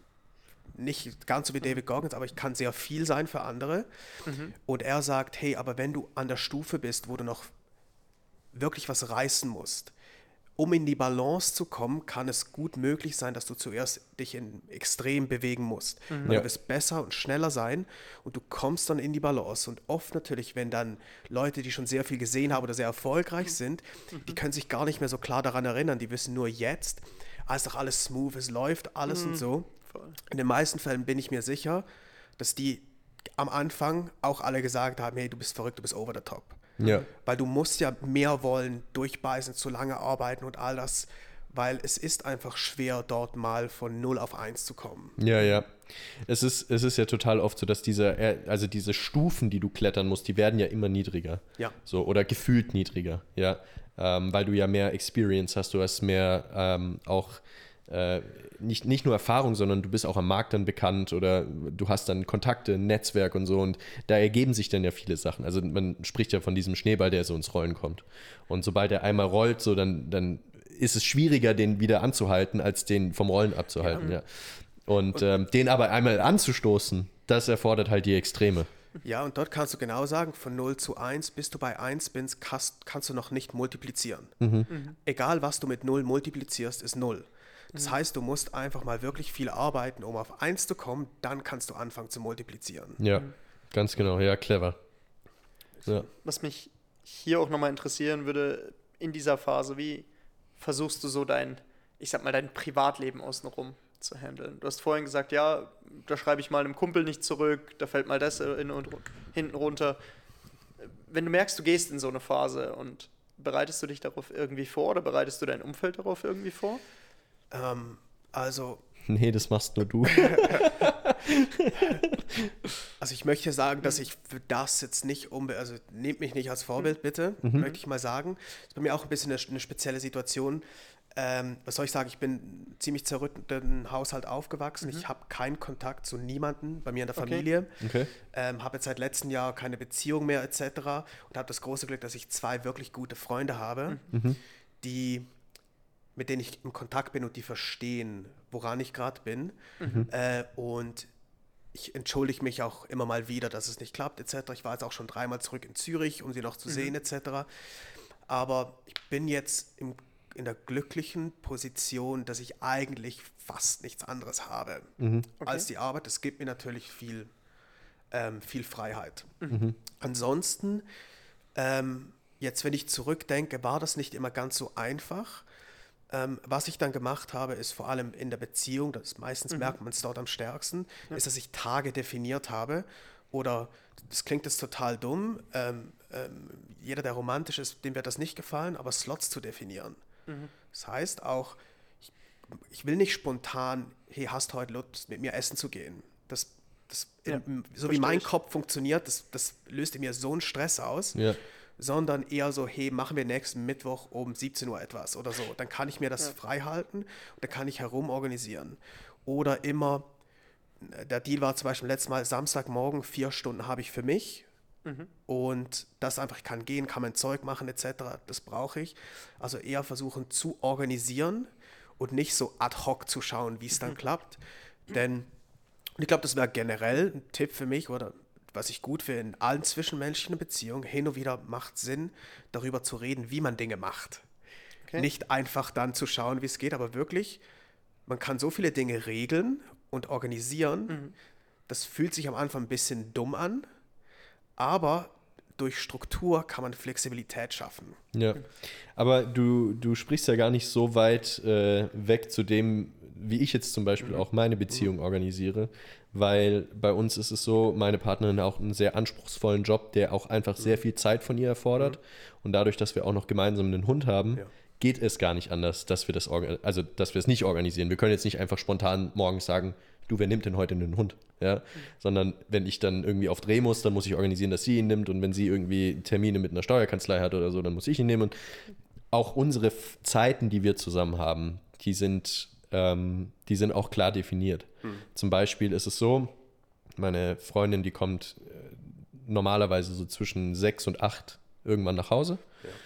nicht ganz so wie David Goggins, aber ich kann sehr viel sein für andere. Mhm. Und er sagt, hey, aber wenn du an der Stufe bist, wo du noch wirklich was reißen musst, um in die Balance zu kommen, kann es gut möglich sein, dass du zuerst dich in Extrem bewegen musst. Mhm. Ja. Du wirst besser und schneller sein und du kommst dann in die Balance. Und oft natürlich, wenn dann Leute, die schon sehr viel gesehen haben oder sehr erfolgreich sind, mhm. die können sich gar nicht mehr so klar daran erinnern. Die wissen nur jetzt, ah, ist doch alles smooth, es läuft alles mhm. und so. In den meisten Fällen bin ich mir sicher, dass die am Anfang auch alle gesagt haben, hey, du bist verrückt, du bist over the top. Ja. Weil du musst ja mehr wollen, durchbeißen, zu lange arbeiten und all das, weil es ist einfach schwer, dort mal von null auf eins zu kommen. Ja, ja. Es ist, es ist ja total oft so, dass diese, also diese Stufen, die du klettern musst, die werden ja immer niedriger. Ja. So, oder gefühlt niedriger, ja. Ähm, weil du ja mehr Experience hast, du hast mehr ähm, auch Äh, nicht, nicht nur Erfahrung, sondern du bist auch am Markt dann bekannt oder du hast dann Kontakte, ein Netzwerk und so und da ergeben sich dann ja viele Sachen. Also man spricht ja von diesem Schneeball, der so ins Rollen kommt. Und sobald er einmal rollt, so dann, dann ist es schwieriger, den wieder anzuhalten, als den vom Rollen abzuhalten. Ja. Ja. Und, und ähm, den aber einmal anzustoßen, das erfordert halt die Extreme. Ja, und dort kannst du genau sagen, von null zu eins, bis du bei eins bist, kannst, kannst du noch nicht multiplizieren. Mhm. Mhm. Egal, was du mit null multiplizierst, ist null. Das heißt, du musst einfach mal wirklich viel arbeiten, um auf eins zu kommen, dann kannst du anfangen zu multiplizieren. Ja, ganz genau, ja, clever. Ja. Was mich hier auch nochmal interessieren würde, in dieser Phase, wie versuchst du so dein, ich sag mal, dein Privatleben außenrum zu handeln? Du hast vorhin gesagt, ja, da schreibe ich mal einem Kumpel nicht zurück, da fällt mal das in und hinten runter. Wenn du merkst, du gehst in so eine Phase und bereitest du dich darauf irgendwie vor oder bereitest du dein Umfeld darauf irgendwie vor? Ähm, also, Nee, das machst nur du. also ich möchte sagen, dass ich für das jetzt nicht unbedingt, also nehmt mich nicht als Vorbild bitte, möchte ich mal sagen. Das ist bei mir auch ein bisschen eine, eine spezielle Situation. Ähm, was soll ich sagen, ich bin ziemlich zerrütteten Haushalt aufgewachsen. Ich habe keinen Kontakt zu niemandem bei mir in der Okay. Familie. Okay. Ähm, habe jetzt seit letztem Jahr keine Beziehung mehr et cetera. Und habe das große Glück, dass ich zwei wirklich gute Freunde habe, die, mit denen ich im Kontakt bin und die verstehen, woran ich gerade bin. Äh, und ich entschuldige mich auch immer mal wieder, dass es nicht klappt et cetera. Ich war jetzt auch schon dreimal zurück in Zürich, um sie noch zu sehen et cetera. Aber ich bin jetzt im, in der glücklichen Position, dass ich eigentlich fast nichts anderes habe als die Arbeit. Es gibt mir natürlich viel, ähm, viel Freiheit. Ansonsten, ähm, jetzt wenn ich zurückdenke, war das nicht immer ganz so einfach. Ähm, was ich dann gemacht habe, ist vor allem in der Beziehung, das meistens merkt man es dort am stärksten, ist, dass ich Tage definiert habe oder, das klingt jetzt total dumm, ähm, ähm, jeder, der romantisch ist, dem wird das nicht gefallen, aber Slots zu definieren. Das heißt auch, ich, ich will nicht spontan, hey, hast heute Lust, mit mir essen zu gehen. Das, das Ja, im, so wie verstehe mein ich. Kopf funktioniert, das, das löst in mir so einen Stress aus. Ja. Sondern eher so, hey, machen wir nächsten Mittwoch um siebzehn Uhr etwas oder so. Dann kann ich mir das frei halten und dann kann ich herumorganisieren. Oder immer, der Deal war zum Beispiel letztes Mal Samstagmorgen, vier Stunden habe ich für mich und das einfach, ich kann gehen, kann mein Zeug machen et cetera. Das brauche ich. Also eher versuchen zu organisieren und nicht so ad hoc zu schauen, wie es dann klappt. Denn und ich glaube, das wäre generell ein Tipp für mich oder was ich gut finde, in allen zwischenmenschlichen Beziehungen, hin und wieder macht Sinn, darüber zu reden, wie man Dinge macht. Okay. Nicht einfach dann zu schauen, wie es geht, aber wirklich, man kann so viele Dinge regeln und organisieren. Das fühlt sich am Anfang ein bisschen dumm an, aber durch Struktur kann man Flexibilität schaffen. Ja, aber du, du sprichst ja gar nicht so weit äh, weg zu dem, wie ich jetzt zum Beispiel auch meine Beziehung organisiere, weil bei uns ist es so, meine Partnerin hat auch einen sehr anspruchsvollen Job, der auch einfach sehr viel Zeit von ihr erfordert und dadurch, dass wir auch noch gemeinsam einen Hund haben, Ja. geht es gar nicht anders, dass wir das orga- also dass wir es nicht organisieren. Wir können jetzt nicht einfach spontan morgens sagen, du, wer nimmt denn heute einen Hund? Ja? Sondern wenn ich dann irgendwie auf Dreh muss, dann muss ich organisieren, dass sie ihn nimmt und wenn sie irgendwie Termine mit einer Steuerkanzlei hat oder so, dann muss ich ihn nehmen und auch unsere F- Zeiten, die wir zusammen haben, die sind, ähm, die sind auch klar definiert. Zum Beispiel ist es so, meine Freundin, die kommt äh, normalerweise so zwischen sechs und acht irgendwann nach Hause.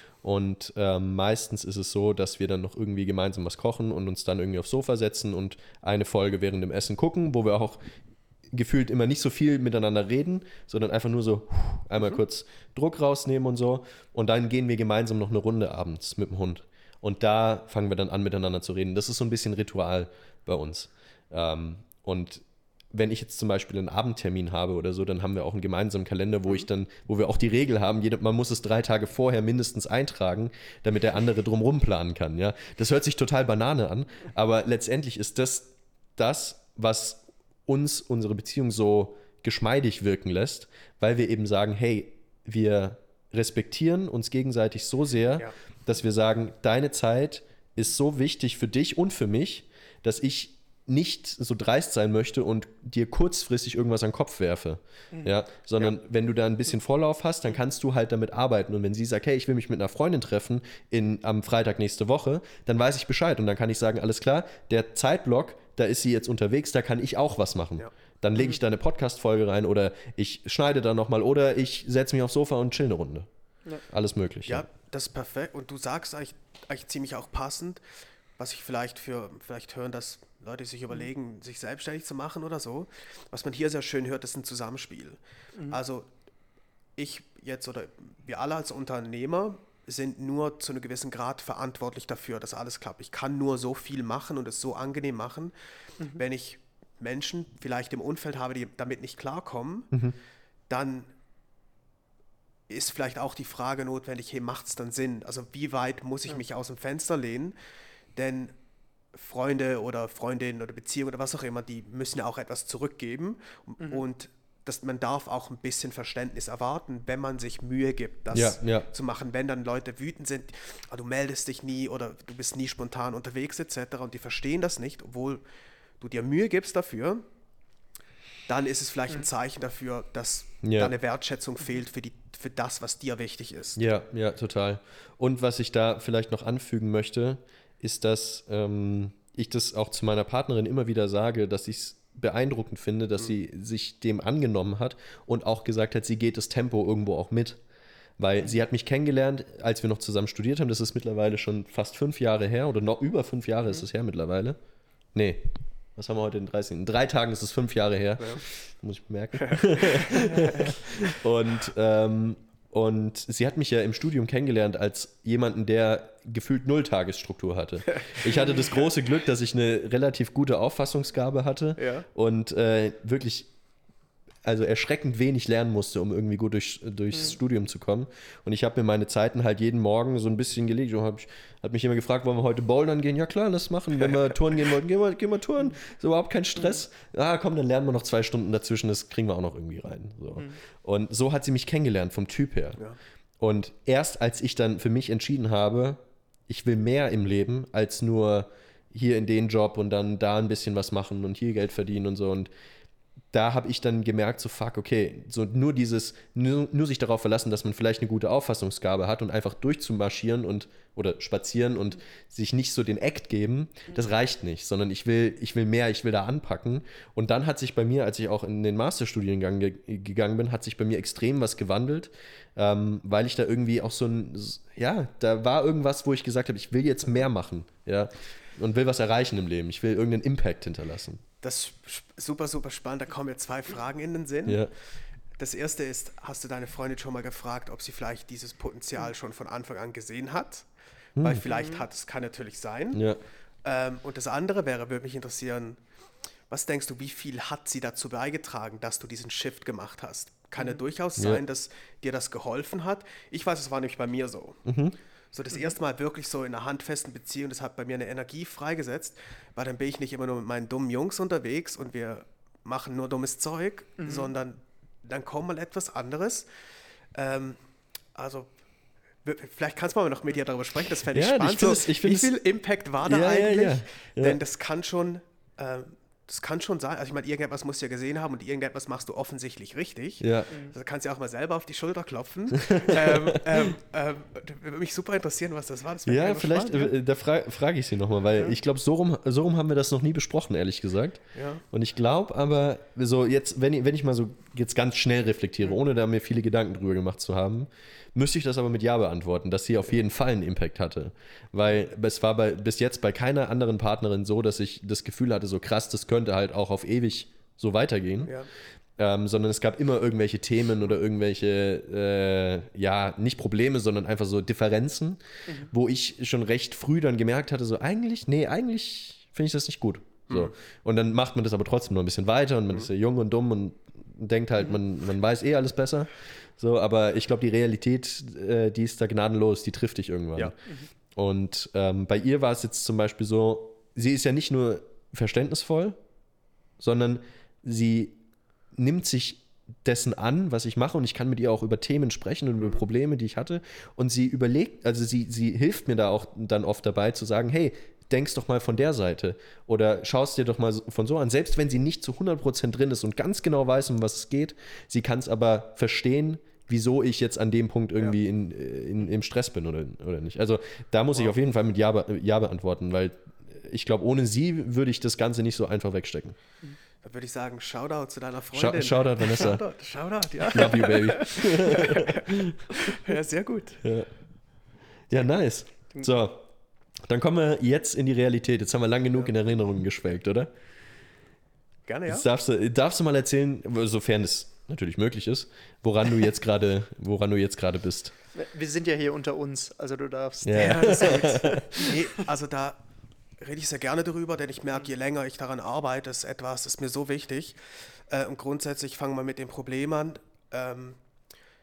Und ähm, meistens ist es so, dass wir dann noch irgendwie gemeinsam was kochen und uns dann irgendwie aufs Sofa setzen und eine Folge während dem Essen gucken, wo wir auch gefühlt immer nicht so viel miteinander reden, sondern einfach nur so einmal kurz Druck rausnehmen und so. Und dann gehen wir gemeinsam noch eine Runde abends mit dem Hund. Und da fangen wir dann an, miteinander zu reden. Das ist so ein bisschen Ritual bei uns. Ähm, und wenn ich jetzt zum Beispiel einen Abendtermin habe oder so, dann haben wir auch einen gemeinsamen Kalender, wo ich dann, wo wir auch die Regel haben, jede, man muss es drei Tage vorher mindestens eintragen, damit der andere drumherum planen kann. Ja? Das hört sich total Banane an, aber letztendlich ist das das, was uns unsere Beziehung so geschmeidig wirken lässt, weil wir eben sagen, hey, wir respektieren uns gegenseitig so sehr, Ja. dass wir sagen, deine Zeit ist so wichtig für dich und für mich, dass ich nicht so dreist sein möchte und dir kurzfristig irgendwas an den Kopf werfe. Ja, sondern Ja. wenn du da ein bisschen Vorlauf hast, dann kannst du halt damit arbeiten. Und wenn sie sagt, hey, ich will mich mit einer Freundin treffen in, am Freitag nächste Woche, dann weiß ich Bescheid. Und dann kann ich sagen, alles klar, der Zeitblock, da ist sie jetzt unterwegs, da kann ich auch was machen. Ja. Dann lege ich da eine Podcast-Folge rein oder ich schneide da nochmal oder ich setze mich aufs Sofa und chill eine Runde. Ja. Alles mögliche. Ja, das ist perfekt. Und du sagst eigentlich, eigentlich ziemlich auch passend, was ich vielleicht für, vielleicht hören, dass Leute sich überlegen, sich selbstständig zu machen oder so. Was man hier sehr schön hört, ist ein Zusammenspiel. Also ich jetzt oder wir alle als Unternehmer sind nur zu einem gewissen Grad verantwortlich dafür, dass alles klappt. Ich kann nur so viel machen und es so angenehm machen, wenn ich Menschen vielleicht im Umfeld habe, die damit nicht klarkommen, dann ist vielleicht auch die Frage notwendig, hey, macht es dann Sinn? Also wie weit muss ich mich aus dem Fenster lehnen? Denn Freunde oder Freundinnen oder Beziehungen oder was auch immer, die müssen ja auch etwas zurückgeben. Mhm. Und das, man darf auch ein bisschen Verständnis erwarten, wenn man sich Mühe gibt, das ja, ja. zu machen. Wenn dann Leute wütend sind, oh, du meldest dich nie oder du bist nie spontan unterwegs et cetera und die verstehen das nicht, obwohl du dir Mühe gibst dafür, dann ist es vielleicht ein Zeichen dafür, dass ja. deine Wertschätzung fehlt für, die, für das, was dir wichtig ist. Ja, ja, total. Und was ich da vielleicht noch anfügen möchte, ist, dass ähm, ich das auch zu meiner Partnerin immer wieder sage, dass ich es beeindruckend finde, dass mhm. sie sich dem angenommen hat und auch gesagt hat, sie geht das Tempo irgendwo auch mit. Weil sie hat mich kennengelernt, als wir noch zusammen studiert haben, das ist mittlerweile schon fast fünf Jahre her oder noch über fünf Jahre mhm. ist es her mittlerweile. Nee, was haben wir heute, den dreißigsten In drei Tagen ist es fünf Jahre her, ja. Muss ich merken. und, ähm, und sie hat mich ja im Studium kennengelernt als jemanden, der gefühlt null Tagesstruktur hatte. Ich hatte das große Glück, dass ich eine relativ gute Auffassungsgabe hatte ja. und äh, wirklich also erschreckend wenig lernen musste, um irgendwie gut durch, durchs mhm. Studium zu kommen. Und ich habe mir meine Zeiten halt jeden Morgen so ein bisschen gelegt. Und hab ich hat mich immer gefragt, wollen wir heute bouldern gehen? Ja klar, lass machen. Wenn wir touren gehen wollten, gehen wir, gehen wir touren. Ist überhaupt kein Stress. Mhm. Ah, komm, dann lernen wir noch zwei Stunden dazwischen. Das kriegen wir auch noch irgendwie rein. So. Mhm. Und so hat sie mich kennengelernt, vom Typ her. Ja. Und erst als ich dann für mich entschieden habe, ich will mehr im Leben als nur hier in den Job und dann da ein bisschen was machen und hier Geld verdienen und so. Und da habe ich dann gemerkt, so fuck, okay, so nur dieses, nur, nur sich darauf verlassen, dass man vielleicht eine gute Auffassungsgabe hat und einfach durchzumarschieren und oder spazieren und sich nicht so den Act geben, das reicht nicht, sondern ich will, ich will mehr, ich will da anpacken. Und dann hat sich bei mir, als ich auch in den Masterstudiengang ge- gegangen bin, hat sich bei mir extrem was gewandelt, ähm, weil ich da irgendwie auch so ein, ja, da war irgendwas, wo ich gesagt habe, ich will jetzt mehr machen, ja, und will was erreichen im Leben. Ich will irgendeinen Impact hinterlassen. Das ist super, super spannend. Da kommen mir zwei Fragen in den Sinn. Ja. Das erste ist, hast du deine Freundin schon mal gefragt, ob sie vielleicht dieses Potenzial schon von Anfang an gesehen hat? Hm. Weil vielleicht hat es, kann natürlich sein. Ja. Ähm, und das andere wäre, würde mich interessieren, was denkst du, wie viel hat sie dazu beigetragen, dass du diesen Shift gemacht hast? Kann mhm. ja durchaus ja. sein, dass dir das geholfen hat. Ich weiß, es war nämlich bei mir so. Mhm. So das erste Mal wirklich so in einer handfesten Beziehung, das hat bei mir eine Energie freigesetzt, weil dann bin ich nicht immer nur mit meinen dummen Jungs unterwegs und wir machen nur dummes Zeug, mhm. sondern dann kommt mal etwas anderes. Ähm, also vielleicht kannst du mal noch mit dir darüber sprechen, das fände ich ja, spannend. Ich so, ich wie viel Impact war da ja, eigentlich? Ja, ja, ja. Denn das kann schon... Ähm, Das kann schon sein. Also ich meine, irgendetwas musst du ja gesehen haben und irgendetwas machst du offensichtlich richtig. Ja. Also kannst du ja auch mal selber auf die Schulter klopfen. ähm, ähm, ähm, würde mich super interessieren, was das war. Das ja, vielleicht, spannend, äh, da fra- frage ich sie nochmal, weil ja. ich glaube, so rum, so rum haben wir das noch nie besprochen, ehrlich gesagt. Ja. Und ich glaube aber, so jetzt, wenn ich, wenn ich mal so jetzt ganz schnell reflektiere, mhm. ohne da mir viele Gedanken drüber gemacht zu haben, müsste ich das aber mit Ja beantworten, dass sie auf jeden Fall einen Impact hatte. Weil es war bei, bis jetzt bei keiner anderen Partnerin so, dass ich das Gefühl hatte, so krass, das könnte halt auch auf ewig so weitergehen. Ja. Ähm, sondern es gab immer irgendwelche Themen oder irgendwelche, äh, ja, nicht Probleme, sondern einfach so Differenzen, mhm. wo ich schon recht früh dann gemerkt hatte, so eigentlich, nee, eigentlich finde ich das nicht gut. So. Mhm. Und dann macht man das aber trotzdem noch ein bisschen weiter und man mhm. ist ja jung und dumm und denkt halt, man, man weiß eh alles besser. So, aber ich glaube, die Realität, äh, die ist da gnadenlos, die trifft dich irgendwann. Ja. Mhm. Und ähm, bei ihr war es jetzt zum Beispiel so, sie ist ja nicht nur verständnisvoll, sondern sie nimmt sich dessen an, was ich mache, und ich kann mit ihr auch über Themen sprechen und über Probleme, die ich hatte, und sie überlegt, also sie, sie hilft mir da auch dann oft dabei zu sagen, hey, denkst doch mal von der Seite oder schaust dir doch mal von so an, selbst wenn sie nicht zu hundert Prozent drin ist und ganz genau weiß, um was es geht, sie kann es aber verstehen, wieso ich jetzt an dem Punkt irgendwie ja. in, in, im Stress bin oder, oder nicht. Also da muss wow. ich auf jeden Fall mit Ja, be- ja beantworten, weil ich glaube, ohne sie würde ich das Ganze nicht so einfach wegstecken. Da würde ich sagen, Shoutout zu deiner Freundin. Shoutout, Vanessa. Shoutout, Shoutout, ja. Love you, baby. Ja, sehr gut. Ja. ja, nice. So, dann kommen wir jetzt in die Realität. Jetzt haben wir lang genug ja. in Erinnerungen geschwelgt, oder? Gerne, ja. Jetzt darfst du, darfst du mal erzählen, sofern es natürlich möglich ist, woran du jetzt gerade, woran du jetzt gerade bist. Wir sind ja hier unter uns, also du darfst. Ja, ja das ist gut. Nee, also da rede ich sehr gerne darüber, denn ich merke, je länger ich daran arbeite, ist etwas, das ist mir so wichtig. Äh, und grundsätzlich fangen wir mit dem Problem an. Ähm,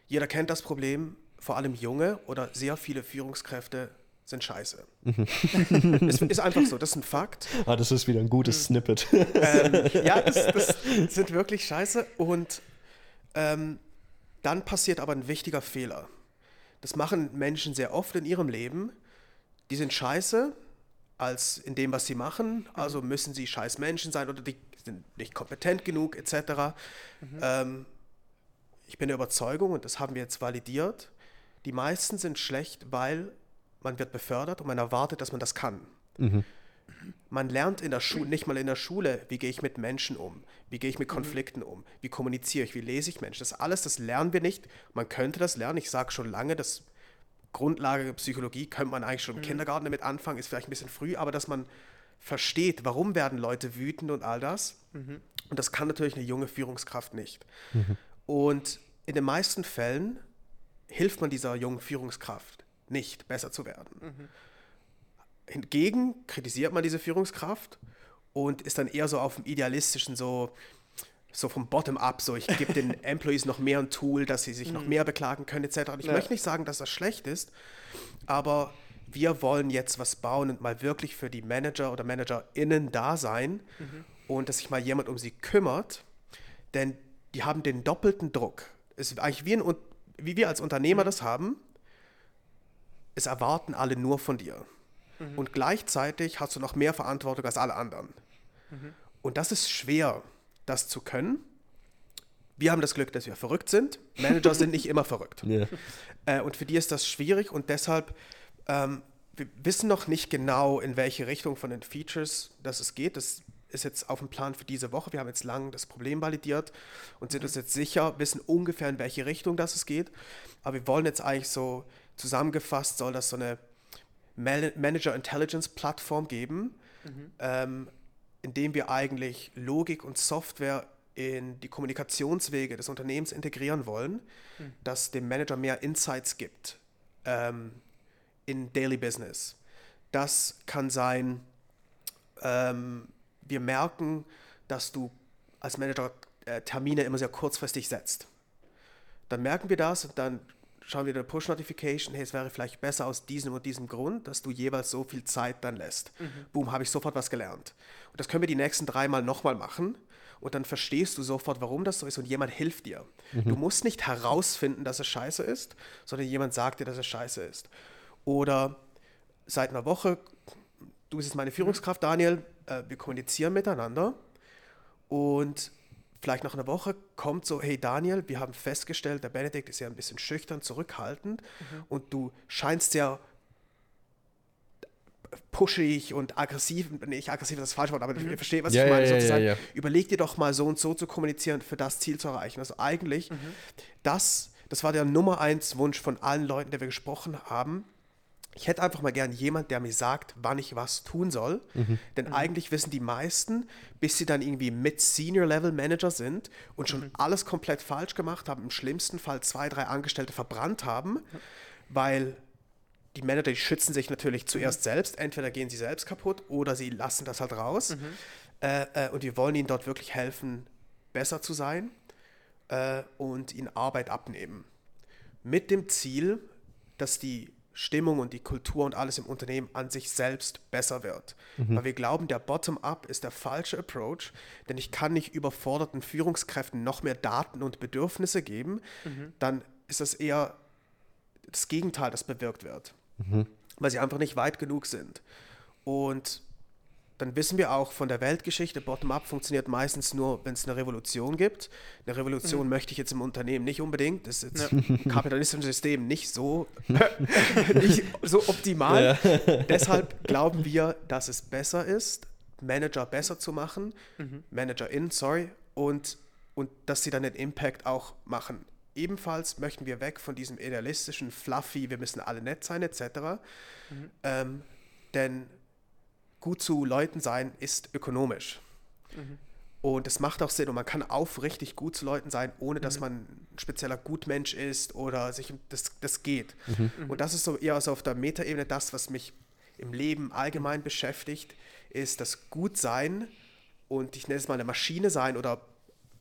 Jeder kennt das Problem, vor allem junge oder sehr viele Führungskräfte sind scheiße. Es ist einfach so, das ist ein Fakt. Ah, das ist wieder ein gutes Snippet. Ähm, ja, das, das sind wirklich scheiße. Und ähm, dann passiert aber ein wichtiger Fehler. Das machen Menschen sehr oft in ihrem Leben. Die sind scheiße als in dem, was sie machen. Also müssen sie scheiß Menschen sein oder die sind nicht kompetent genug et cetera. Mhm. Ähm, ich bin der Überzeugung, und das haben wir jetzt validiert, die meisten sind schlecht, weil man wird befördert und man erwartet, dass man das kann. Mhm. Man lernt in der Schule, nicht mal in der Schule, wie gehe ich mit Menschen um, wie gehe ich mit Konflikten um, wie kommuniziere ich, wie lese ich Menschen. Das alles, das lernen wir nicht. Man könnte das lernen. Ich sage schon lange, das Grundlage Psychologie könnte man eigentlich schon im mhm. Kindergarten damit anfangen, ist vielleicht ein bisschen früh, aber dass man versteht, warum werden Leute wütend und all das. Mhm. Und das kann natürlich eine junge Führungskraft nicht. Mhm. Und in den meisten Fällen hilft man dieser jungen Führungskraft nicht, besser zu werden. Mhm. Hingegen kritisiert man diese Führungskraft und ist dann eher so auf dem idealistischen, so, so vom Bottom-up, so ich gebe den Employees noch mehr ein Tool, dass sie sich mhm. noch mehr beklagen können et cetera. Und ich ja. möchte nicht sagen, dass das schlecht ist, aber wir wollen jetzt was bauen und mal wirklich für die Manager oder ManagerInnen da sein mhm. und dass sich mal jemand um sie kümmert, denn die haben den doppelten Druck. Es ist eigentlich wie, ein, wie wir als Unternehmer mhm. das haben, es erwarten alle nur von dir. Mhm. Und gleichzeitig hast du noch mehr Verantwortung als alle anderen. Mhm. Und das ist schwer, das zu können. Wir haben das Glück, dass wir verrückt sind. Manager sind nicht immer verrückt. Yeah. Äh, und für die ist das schwierig und deshalb, ähm, wir wissen noch nicht genau, in welche Richtung von den Features das es geht. Das ist jetzt auf dem Plan für diese Woche. Wir haben jetzt lang das Problem validiert und sind uns jetzt sicher, wissen ungefähr, in welche Richtung das es geht. Aber wir wollen jetzt eigentlich so, zusammengefasst, soll das so eine Manager Intelligence Plattform geben, mhm. ähm, in dem wir eigentlich Logik und Software in die Kommunikationswege des Unternehmens integrieren wollen, mhm. dass dem Manager mehr Insights gibt ähm, in Daily Business. Das kann sein, ähm, wir merken, dass du als Manager äh, Termine immer sehr kurzfristig setzt. Dann merken wir das und dann schauen wir eine Push-Notification, hey, es wäre vielleicht besser aus diesem und diesem Grund, dass du jeweils so viel Zeit dann lässt. Mhm. Boom, habe ich sofort was gelernt. Und das können wir die nächsten dreimal nochmal machen und dann verstehst du sofort, warum das so ist und jemand hilft dir. Mhm. Du musst nicht herausfinden, dass es scheiße ist, sondern jemand sagt dir, dass es scheiße ist. Oder seit einer Woche, du bist jetzt meine Führungskraft, Daniel, äh, wir kommunizieren miteinander und vielleicht nach einer Woche kommt so, hey Daniel, wir haben festgestellt, der Benedikt ist ja ein bisschen schüchtern, zurückhaltend mhm. und du scheinst sehr pushig und aggressiv, nicht aggressiv, das ist das falsche Wort, aber mhm. ich verstehe, was ja, ich meine, ja, sozusagen, ja, ja. überleg dir doch mal so und so zu kommunizieren, für das Ziel zu erreichen. Also eigentlich, mhm. das, das war der Nummer eins Wunsch von allen Leuten, der wir gesprochen haben. Ich hätte einfach mal gern jemand, der mir sagt, wann ich was tun soll. Mhm. Denn mhm. eigentlich wissen die meisten, bis sie dann irgendwie mit Senior-Level-Manager sind und schon mhm. alles komplett falsch gemacht haben, im schlimmsten Fall zwei, drei Angestellte verbrannt haben, mhm. weil die Manager, die schützen sich natürlich zuerst mhm. selbst. Entweder gehen sie selbst kaputt oder sie lassen das halt raus. Mhm. Äh, äh, und wir wollen ihnen dort wirklich helfen, besser zu sein äh, und ihnen Arbeit abnehmen. Mit dem Ziel, dass die Stimmung und die Kultur und alles im Unternehmen an sich selbst besser wird. Mhm. Weil wir glauben, der Bottom-up ist der falsche Approach, denn ich kann nicht überforderten Führungskräften noch mehr Daten und Bedürfnisse geben, mhm. dann ist das eher das Gegenteil, das bewirkt wird, mhm. weil sie einfach nicht weit genug sind. Und dann wissen wir auch von der Weltgeschichte, Bottom-up funktioniert meistens nur, wenn es eine Revolution gibt. Eine Revolution mhm. möchte ich jetzt im Unternehmen nicht unbedingt. Das ist jetzt ja. im kapitalistischen System nicht so, nicht so optimal. Ja. Deshalb glauben wir, dass es besser ist, Manager besser zu machen, mhm. ManagerInnen, sorry, und, und dass sie dann den Impact auch machen. Ebenfalls möchten wir weg von diesem idealistischen, fluffy, wir müssen alle nett sein, et cetera. Mhm. Ähm, denn gut zu Leuten sein ist ökonomisch. Mhm. Und es macht auch Sinn und man kann aufrichtig gut zu Leuten sein, ohne dass mhm. man ein spezieller Gutmensch ist oder sich, das, das geht. Mhm. Und das ist so eher so auf der Metaebene das, was mich im Leben allgemein beschäftigt, ist das Gutsein und ich nenne es mal eine Maschine sein oder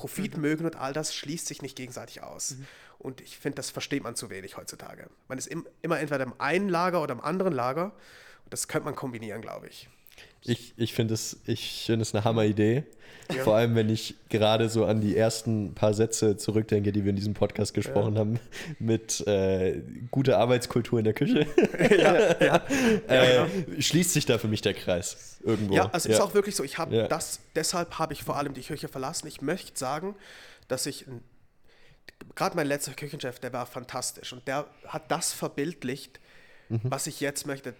Profit mhm. mögen und all das schließt sich nicht gegenseitig aus. Mhm. Und ich finde, das versteht man zu wenig heutzutage. Man ist im, immer entweder im einen Lager oder im anderen Lager. Und das könnte man kombinieren, glaube ich. Ich, ich finde es ich find es eine Hammeridee. Ja. Vor allem, wenn ich gerade so an die ersten paar Sätze zurückdenke, die wir in diesem Podcast gesprochen ja. haben, mit äh, guter Arbeitskultur in der Küche. Ja, ja. äh, schließt sich da für mich der Kreis irgendwo. Ja, also ja. ist auch wirklich so. Ich habe ja. das, deshalb habe ich vor allem die Küche verlassen. Ich möchte sagen, dass ich, gerade mein letzter Küchenchef, der war fantastisch und der hat das verbildlicht, mhm. was ich jetzt möchte.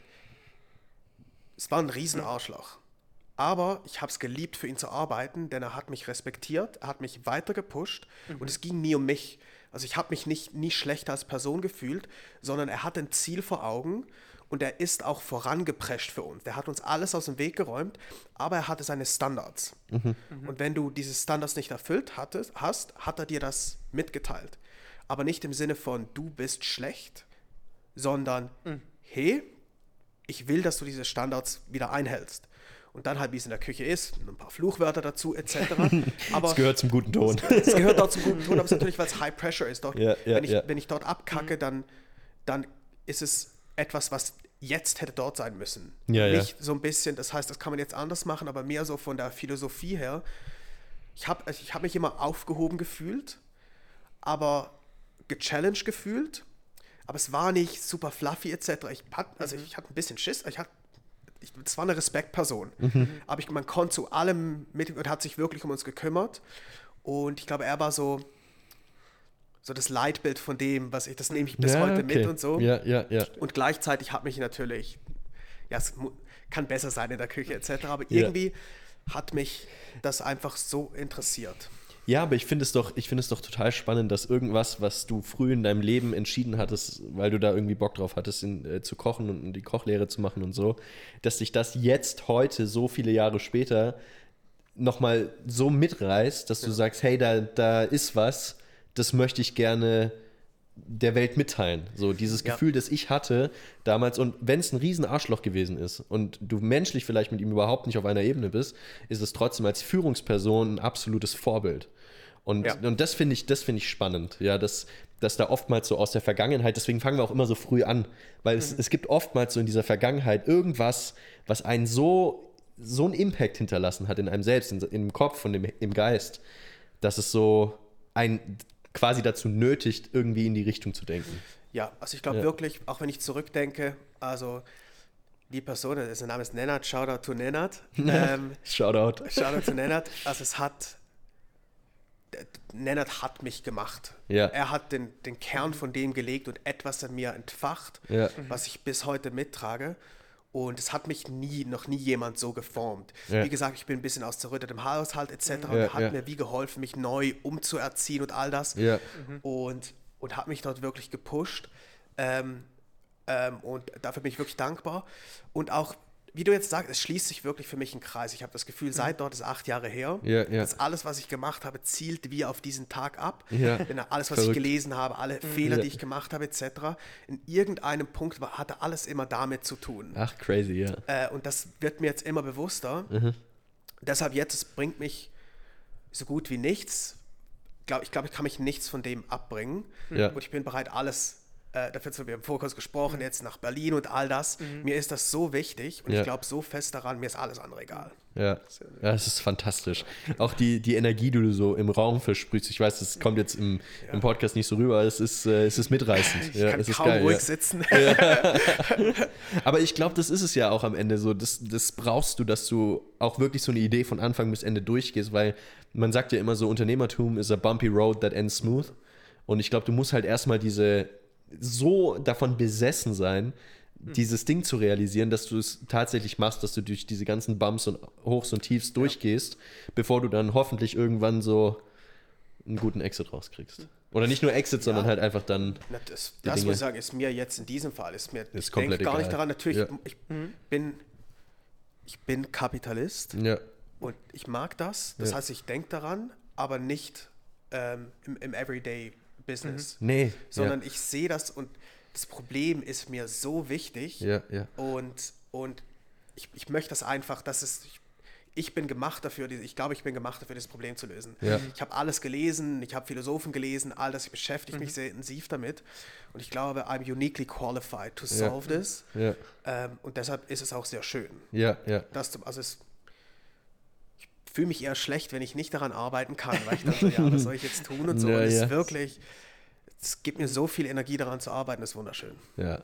Es war ein Riesenarschloch. Aber ich habe es geliebt, für ihn zu arbeiten, denn er hat mich respektiert, er hat mich weiter gepusht mhm. und es ging nie um mich. Also ich habe mich nicht, nie schlechter als Person gefühlt, sondern er hat ein Ziel vor Augen und er ist auch vorangeprescht für uns. Der hat uns alles aus dem Weg geräumt, aber er hatte seine Standards. Mhm. Mhm. Und wenn du diese Standards nicht erfüllt hattest, hast, hat er dir das mitgeteilt. Aber nicht im Sinne von, du bist schlecht, sondern, mhm. hey, ich will, dass du diese Standards wieder einhältst. Und dann halt, wie es in der Küche ist, ein paar Fluchwörter dazu, et cetera. Aber es gehört zum guten Ton. Es gehört auch zum guten Ton, aber es ist natürlich, weil es High Pressure ist. Dort, ja, ja, wenn, ich, ja. wenn ich dort abkacke, dann, dann ist es etwas, was jetzt hätte dort sein müssen. Ja, Nicht ja. so ein bisschen, das heißt, das kann man jetzt anders machen, aber mehr so von der Philosophie her. Ich habe ich hab mich immer aufgehoben gefühlt, aber gechallenged gefühlt. Aber es war nicht super fluffy et cetera. Ich hatte also ich hatte ein bisschen Schiss. Ich hatte Es war eine Respektperson, mhm. aber ich, man konnte zu allem mit und hat sich wirklich um uns gekümmert. Und ich glaube, er war so, so das Leitbild von dem, was ich, das nehme ich bis ja, heute okay. mit und so. Ja, ja, ja. Und gleichzeitig hat mich natürlich, ja, es kann besser sein in der Küche et cetera, aber ja. irgendwie hat mich das einfach so interessiert. Ja, aber ich finde es doch, ich finde es doch total spannend, dass irgendwas, was du früh in deinem Leben entschieden hattest, weil du da irgendwie Bock drauf hattest, in, äh, zu kochen und die Kochlehre zu machen und so, dass dich das jetzt heute, so viele Jahre später, nochmal so mitreißt, dass du ja. sagst, hey, da, da ist was, das möchte ich gerne der Welt mitteilen. So dieses ja. Gefühl, das ich hatte damals, und wenn es ein riesen Arschloch gewesen ist und du menschlich vielleicht mit ihm überhaupt nicht auf einer Ebene bist, ist es trotzdem als Führungsperson ein absolutes Vorbild. Und, ja. und das finde ich, das finde ich spannend, ja, dass, dass da oftmals so aus der Vergangenheit, deswegen fangen wir auch immer so früh an, weil mhm. es, es gibt oftmals so in dieser Vergangenheit irgendwas, was einen so, so einen Impact hinterlassen hat in einem selbst, in, im Kopf und im, im Geist, dass es so ein quasi dazu nötigt, irgendwie in die Richtung zu denken. Ja, also ich glaube ja. wirklich, auch wenn ich zurückdenke, also die Person, sein Name ist Nenad, Shoutout to Nenad. Ähm, Shoutout. Shoutout to Nenad. Also es hat, Nenad hat mich gemacht. Ja. Er hat den, den Kern von dem gelegt und etwas in mir entfacht, ja. was ich bis heute mittrage. Und es hat mich nie, noch nie jemand so geformt. Ja. Wie gesagt, ich bin ein bisschen aus zerrüttetem Haushalt et cetera. Ja, und hat ja. mir wie geholfen, mich neu umzuerziehen und all das. Ja. Mhm. Und, und hat mich dort wirklich gepusht. Ähm, ähm, und dafür bin ich wirklich dankbar. Und auch, wie du jetzt sagst, es schließt sich wirklich für mich ein Kreis. Ich habe das Gefühl, seit dort ist acht Jahre her, ja, ja. dass alles, was ich gemacht habe, zielt wie auf diesen Tag ab. Ja. Denn alles, was Verrückt. ich gelesen habe, alle Fehler, ja. die ich gemacht habe et cetera, in irgendeinem Punkt war, hatte alles immer damit zu tun. Ach, crazy, ja. Äh, und das wird mir jetzt immer bewusster. Mhm. Deshalb jetzt, es bringt mich so gut wie nichts. Glaub, ich glaube, ich kann mich nichts von dem abbringen. Ja. Und ich bin bereit, alles äh, dafür zu, wir haben vorher kurz gesprochen, jetzt nach Berlin und all das. Mhm. Mir ist das so wichtig und ja. ich glaube so fest daran, mir ist alles andere egal. Ja, ja, es ist fantastisch. Auch die, die Energie, die du so im Raum versprühst, ich weiß, das kommt jetzt im, ja. im Podcast nicht so rüber, aber es ist, äh, es ist mitreißend. Ich ja, kann es ist kaum geil, ruhig ja. sitzen. Ja. Aber ich glaube, das ist es ja auch am Ende so. Das, das brauchst du, dass du auch wirklich so eine Idee von Anfang bis Ende durchgehst, weil man sagt ja immer so, Unternehmertum is a bumpy road that ends smooth. Und ich glaube, du musst halt erstmal diese so davon besessen sein, dieses Ding zu realisieren, dass du es tatsächlich machst, dass du durch diese ganzen Bumps und Hochs und Tiefs ja. durchgehst, bevor du dann hoffentlich irgendwann so einen guten Exit rauskriegst. Oder nicht nur Exit, ja. sondern halt einfach dann Na, das das muss ich sagen, ist mir jetzt in diesem Fall, ist mir, ist ich komplett denke gar egal. nicht daran, natürlich, ja. ich, bin, ich bin Kapitalist ja. und ich mag das, das ja. heißt, ich denke daran, aber nicht ähm, im, im Everyday Business, mhm. nee, sondern ja. ich sehe das und das Problem ist mir so wichtig ja, ja. und, und ich, ich möchte das einfach, dass es, ich, ich bin gemacht dafür, ich glaube, ich bin gemacht dafür, dieses Problem zu lösen. Ja. Ich habe alles gelesen, ich habe Philosophen gelesen, all das, ich beschäftige Mhm. mich sehr intensiv damit. Und ich glaube, I'm uniquely qualified to solve Ja. this. Ja, Ähm, und deshalb ist es auch sehr schön. ja, ja. Das, zum- also es, ich fühle mich eher schlecht, wenn ich nicht daran arbeiten kann, weil ich dann so, ja, was soll ich jetzt tun und so. Ja, und es ja. ist wirklich, es gibt mir so viel Energie daran zu arbeiten, das ist wunderschön. ja.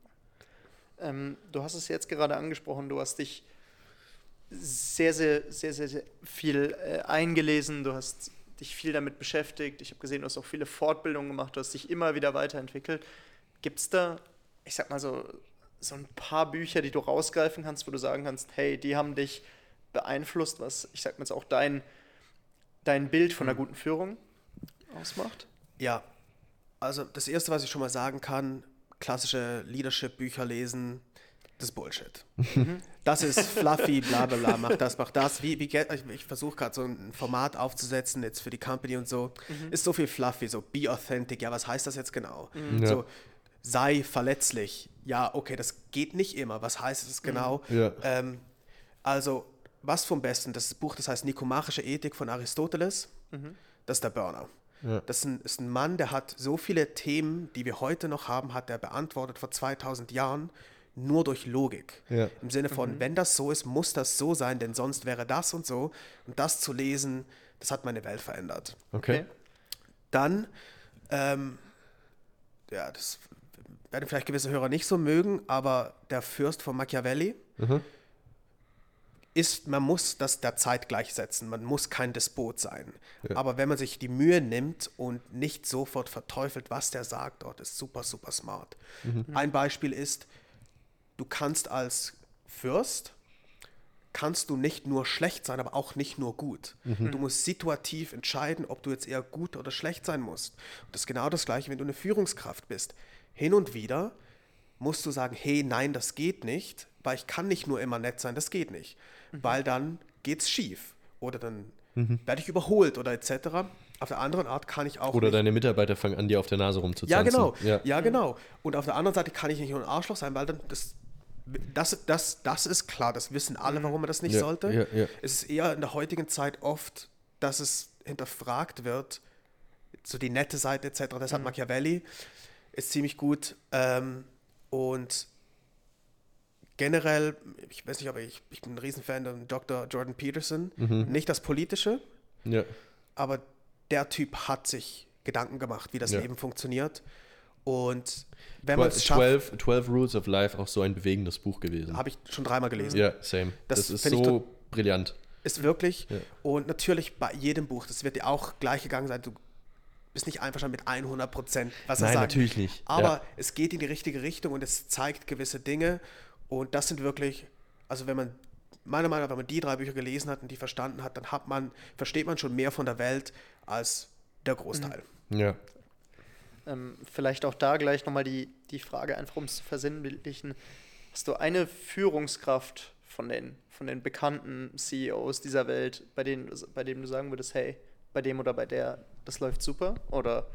Ähm, du hast es jetzt gerade angesprochen, du hast dich sehr, sehr, sehr, sehr, sehr viel äh, eingelesen, du hast dich viel damit beschäftigt. Ich habe gesehen, du hast auch viele Fortbildungen gemacht, du hast dich immer wieder weiterentwickelt. Gibt es da, ich sag mal so, so ein paar Bücher, die du rausgreifen kannst, wo du sagen kannst, hey, die haben dich beeinflusst, was, ich sag mal jetzt auch dein, dein Bild von einer guten Führung ausmacht? Ja, also das Erste, was ich schon mal sagen kann, klassische Leadership-Bücher lesen, das ist Bullshit. Das ist fluffy, bla bla bla, mach das, mach das. Wie, wie, ich ich versuche gerade so ein Format aufzusetzen, jetzt für die Company und so. Ist so viel fluffy, so be authentic. Ja, was heißt das jetzt genau? Ja. So, sei verletzlich. Ja, okay, das geht nicht immer. Was heißt es genau? Ja. Ähm, also, was vom Besten? Das Buch, das heißt Nikomachische Ethik von Aristoteles. Das ist der Burner. Ja. Das ist ein, ist ein Mann, der hat so viele Themen, die wir heute noch haben, hat er beantwortet vor zweitausend Jahren, nur durch Logik. Ja. Im Sinne von, wenn das so ist, muss das so sein, denn sonst wäre das und so. Und das zu lesen, das hat meine Welt verändert. Okay. Dann, ähm, ja, das werden vielleicht gewisse Hörer nicht so mögen, aber der Fürst von Machiavelli Mhm. ist, man muss das der Zeit gleichsetzen, man muss kein Despot sein. Ja. Aber wenn man sich die Mühe nimmt und nicht sofort verteufelt, was der sagt, dort ist super, super smart. Ein Beispiel ist, du kannst als Fürst, kannst du nicht nur schlecht sein, aber auch nicht nur gut. Du musst situativ entscheiden, ob du jetzt eher gut oder schlecht sein musst. Und das ist genau das Gleiche, wenn du eine Führungskraft bist. Hin und wieder musst du sagen, hey, nein, das geht nicht, weil ich kann nicht nur immer nett sein, das geht nicht. Weil dann geht's schief. Oder dann werde ich überholt oder et cetera. Auf der anderen Art kann ich auch Oder nicht. deine Mitarbeiter fangen an, dir auf der Nase rumzuzanzen. Ja, genau. Ja. Ja, genau. Und auf der anderen Seite kann ich nicht nur ein Arschloch sein, weil dann das, das, das, das ist klar, das wissen alle, warum man das nicht Ja, sollte. ja, ja. Es ist eher in der heutigen Zeit oft, dass es hinterfragt wird, so die nette Seite et cetera. Das hat Machiavelli, ist ziemlich gut. Ähm, und generell, ich weiß nicht, aber ich, ich bin ein Riesenfan von Doktor Jordan Peterson. Nicht das Politische, Ja. aber der Typ hat sich Gedanken gemacht, wie das Ja. Leben funktioniert. Und wenn man es schafft, zwölf, zwölf Rules of Life, auch so ein bewegendes Buch gewesen. habe ich schon dreimal gelesen. Ja, same. Das Das, ist find ich so brillant. Ist wirklich. Ja. Und natürlich bei jedem Buch, das wird dir auch gleich gegangen sein, du bist nicht einverstanden mit hundert Prozent, was er Nein, sagt. natürlich nicht. Aber Ja. es geht in die richtige Richtung und es zeigt gewisse Dinge. Und das sind wirklich, also wenn man, meiner Meinung nach, wenn man die drei Bücher gelesen hat und die verstanden hat, dann hat man, versteht man schon mehr von der Welt als der Großteil. Ja. Ähm, vielleicht auch da gleich nochmal die, die Frage, einfach um es zu versinnbildlichen. Hast du eine Führungskraft von den, von den bekannten C E Os dieser Welt, bei denen, bei dem du sagen würdest, hey, bei dem oder bei der, das läuft super? Oder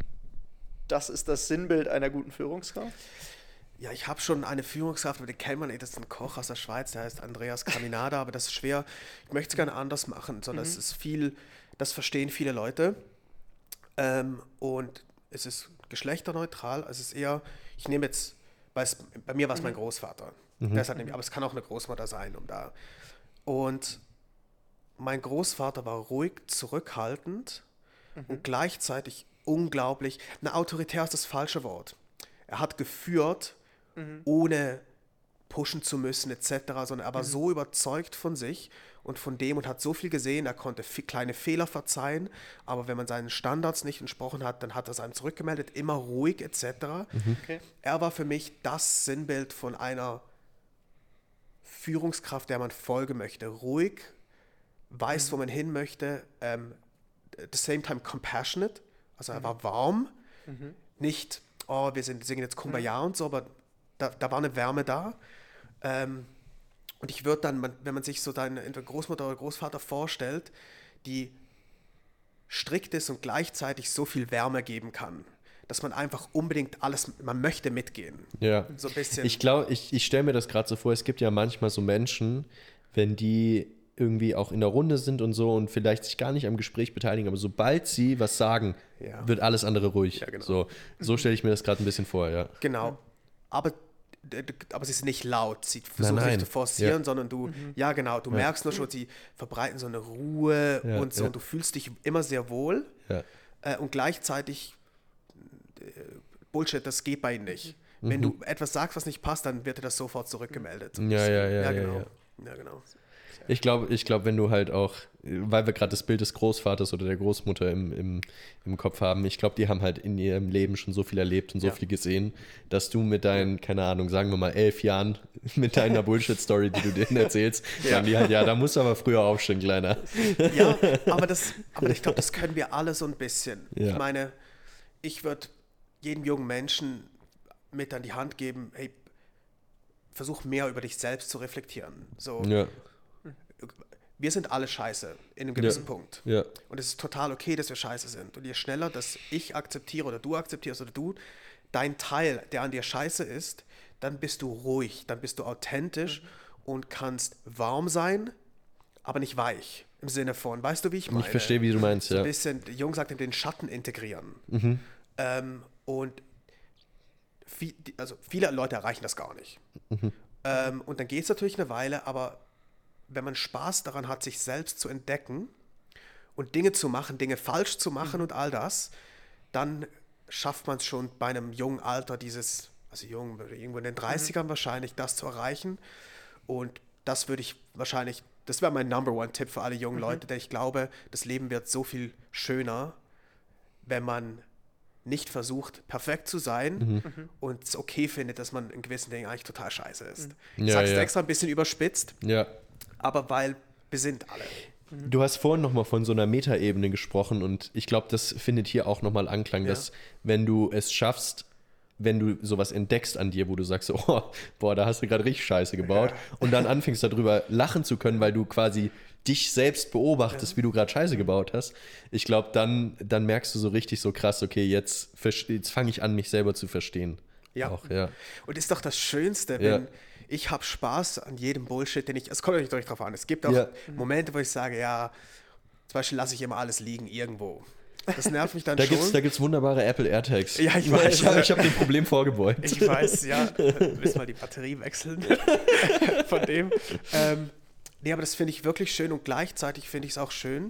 das ist das Sinnbild einer guten Führungskraft? Ja, ich habe schon eine Führungskraft, aber den kennt man nicht, das ist ein Koch aus der Schweiz, der heißt Andreas Caminada, aber das ist schwer. Ich möchte es gerne anders machen, sondern es ist viel, das verstehen viele Leute. Ähm, und es ist geschlechterneutral, also es ist eher, ich nehme jetzt, weil es, bei mir war es mein Großvater, der ist halt nämlich, aber es kann auch eine Großmutter sein, um da. Und mein Großvater war ruhig, zurückhaltend und gleichzeitig unglaublich, na, autoritär ist das falsche Wort. Er hat geführt, ohne pushen zu müssen et cetera, sondern er war so überzeugt von sich und von dem und hat so viel gesehen, er konnte f- kleine Fehler verzeihen, aber wenn man seinen Standards nicht entsprochen hat, dann hat er es einem zurückgemeldet, immer ruhig et cetera. Okay. Er war für mich das Sinnbild von einer Führungskraft, der man folgen möchte. Ruhig, weiß, wo man hin möchte, ähm, at the same time compassionate, also er war warm, nicht, oh, wir sind, singen jetzt Kumbaya und so, aber da, da war eine Wärme da. Ähm, und ich würde dann, man, wenn man sich so deine entweder Großmutter oder Großvater vorstellt, die strikt ist und gleichzeitig so viel Wärme geben kann, dass man einfach unbedingt alles, man möchte mitgehen. Ja. So ein bisschen. Ich glaube, ich, ich stelle mir das gerade so vor, es gibt ja manchmal so Menschen, wenn die irgendwie auch in der Runde sind und so und vielleicht sich gar nicht am Gespräch beteiligen, aber sobald sie was sagen, Ja. wird alles andere ruhig. Ja, genau. So, so stelle ich mir das gerade ein bisschen vor, ja. Genau. Aber, d- d- aber sie ist nicht laut. Sie versuchen nein. nicht zu forcieren, Ja. sondern du, ja genau, du merkst nur schon, sie verbreiten so eine Ruhe Ja, und so. ja. Und du fühlst dich immer sehr wohl. Ja. Äh, und gleichzeitig, äh, Bullshit, das geht bei ihnen nicht. Wenn du etwas sagst, was nicht passt, dann wird dir das sofort zurückgemeldet. So ein Ja, bisschen. ja, ja, ja, genau. ja. Ja, genau. Ich glaube, ich glaub, wenn du halt auch, weil wir gerade das Bild des Großvaters oder der Großmutter im, im, im Kopf haben, ich glaube, die haben halt in ihrem Leben schon so viel erlebt und so Ja. viel gesehen, dass du mit deinen, keine Ahnung, sagen wir mal elf Jahren, mit deiner Bullshit-Story, die du denen erzählst, sagen die halt, ja, da musst du aber früher aufstehen, Kleiner. Ja, aber, das, aber ich glaube, das können wir alle so ein bisschen. Ja. Ich meine, ich würde jedem jungen Menschen mit an die Hand geben, hey, versuch mehr über dich selbst zu reflektieren. So, Ja, wir sind alle scheiße in einem gewissen Ja. Punkt. ja, Und es ist total okay, dass wir scheiße sind. Und je schneller das ich akzeptiere oder du akzeptierst oder du dein Teil, der an dir scheiße ist, dann bist du ruhig, dann bist du authentisch und kannst warm sein, aber nicht weich. Im Sinne von, weißt du, wie ich meine? ich verstehe, wie du meinst, So ein ja. bisschen, der Jung sagt, den Schatten integrieren. Ähm, und viel, also viele Leute erreichen das gar nicht. Ähm, und dann geht es natürlich eine Weile, aber wenn man Spaß daran hat, sich selbst zu entdecken und Dinge zu machen, Dinge falsch zu machen und all das, dann schafft man es schon bei einem jungen Alter, dieses, also jung, irgendwo in den dreißigern wahrscheinlich, das zu erreichen. Und das würde ich wahrscheinlich, das wäre mein Number One Tipp für alle jungen Leute, denn ich glaube, das Leben wird so viel schöner, wenn man nicht versucht, perfekt zu sein und es okay findet, dass man in gewissen Dingen eigentlich total scheiße ist. Ich Ja, sage es ja. extra ein bisschen überspitzt, Ja. aber weil wir sind alle. Du hast vorhin nochmal von so einer Metaebene gesprochen und ich glaube, das findet hier auch nochmal Anklang, Ja. dass wenn du es schaffst, wenn du sowas entdeckst an dir, wo du sagst, oh, boah, da hast du gerade richtig Scheiße gebaut und dann anfängst darüber lachen zu können, weil du quasi dich selbst beobachtest, ja. wie du gerade Scheiße gebaut hast, ich glaube, dann, dann merkst du so richtig so krass, okay, jetzt, jetzt fange ich an, mich selber zu verstehen. Ja. Auch, ja. Und ist doch das Schönste, Ja. wenn ich habe Spaß an jedem Bullshit, den ich, es kommt euch nicht drauf an, es gibt auch Ja. Momente, wo ich sage, ja, zum Beispiel lasse ich immer alles liegen irgendwo. Das nervt mich dann Da schon. gibt es da gibt's wunderbare Apple AirTags. Ja, ich weiß. Ich habe ich hab dem Problem vorgebeugt. Ich weiß, ja. Müssen wir die Batterie wechseln von dem. Ähm, nee, aber das finde ich wirklich schön und gleichzeitig finde ich es auch schön,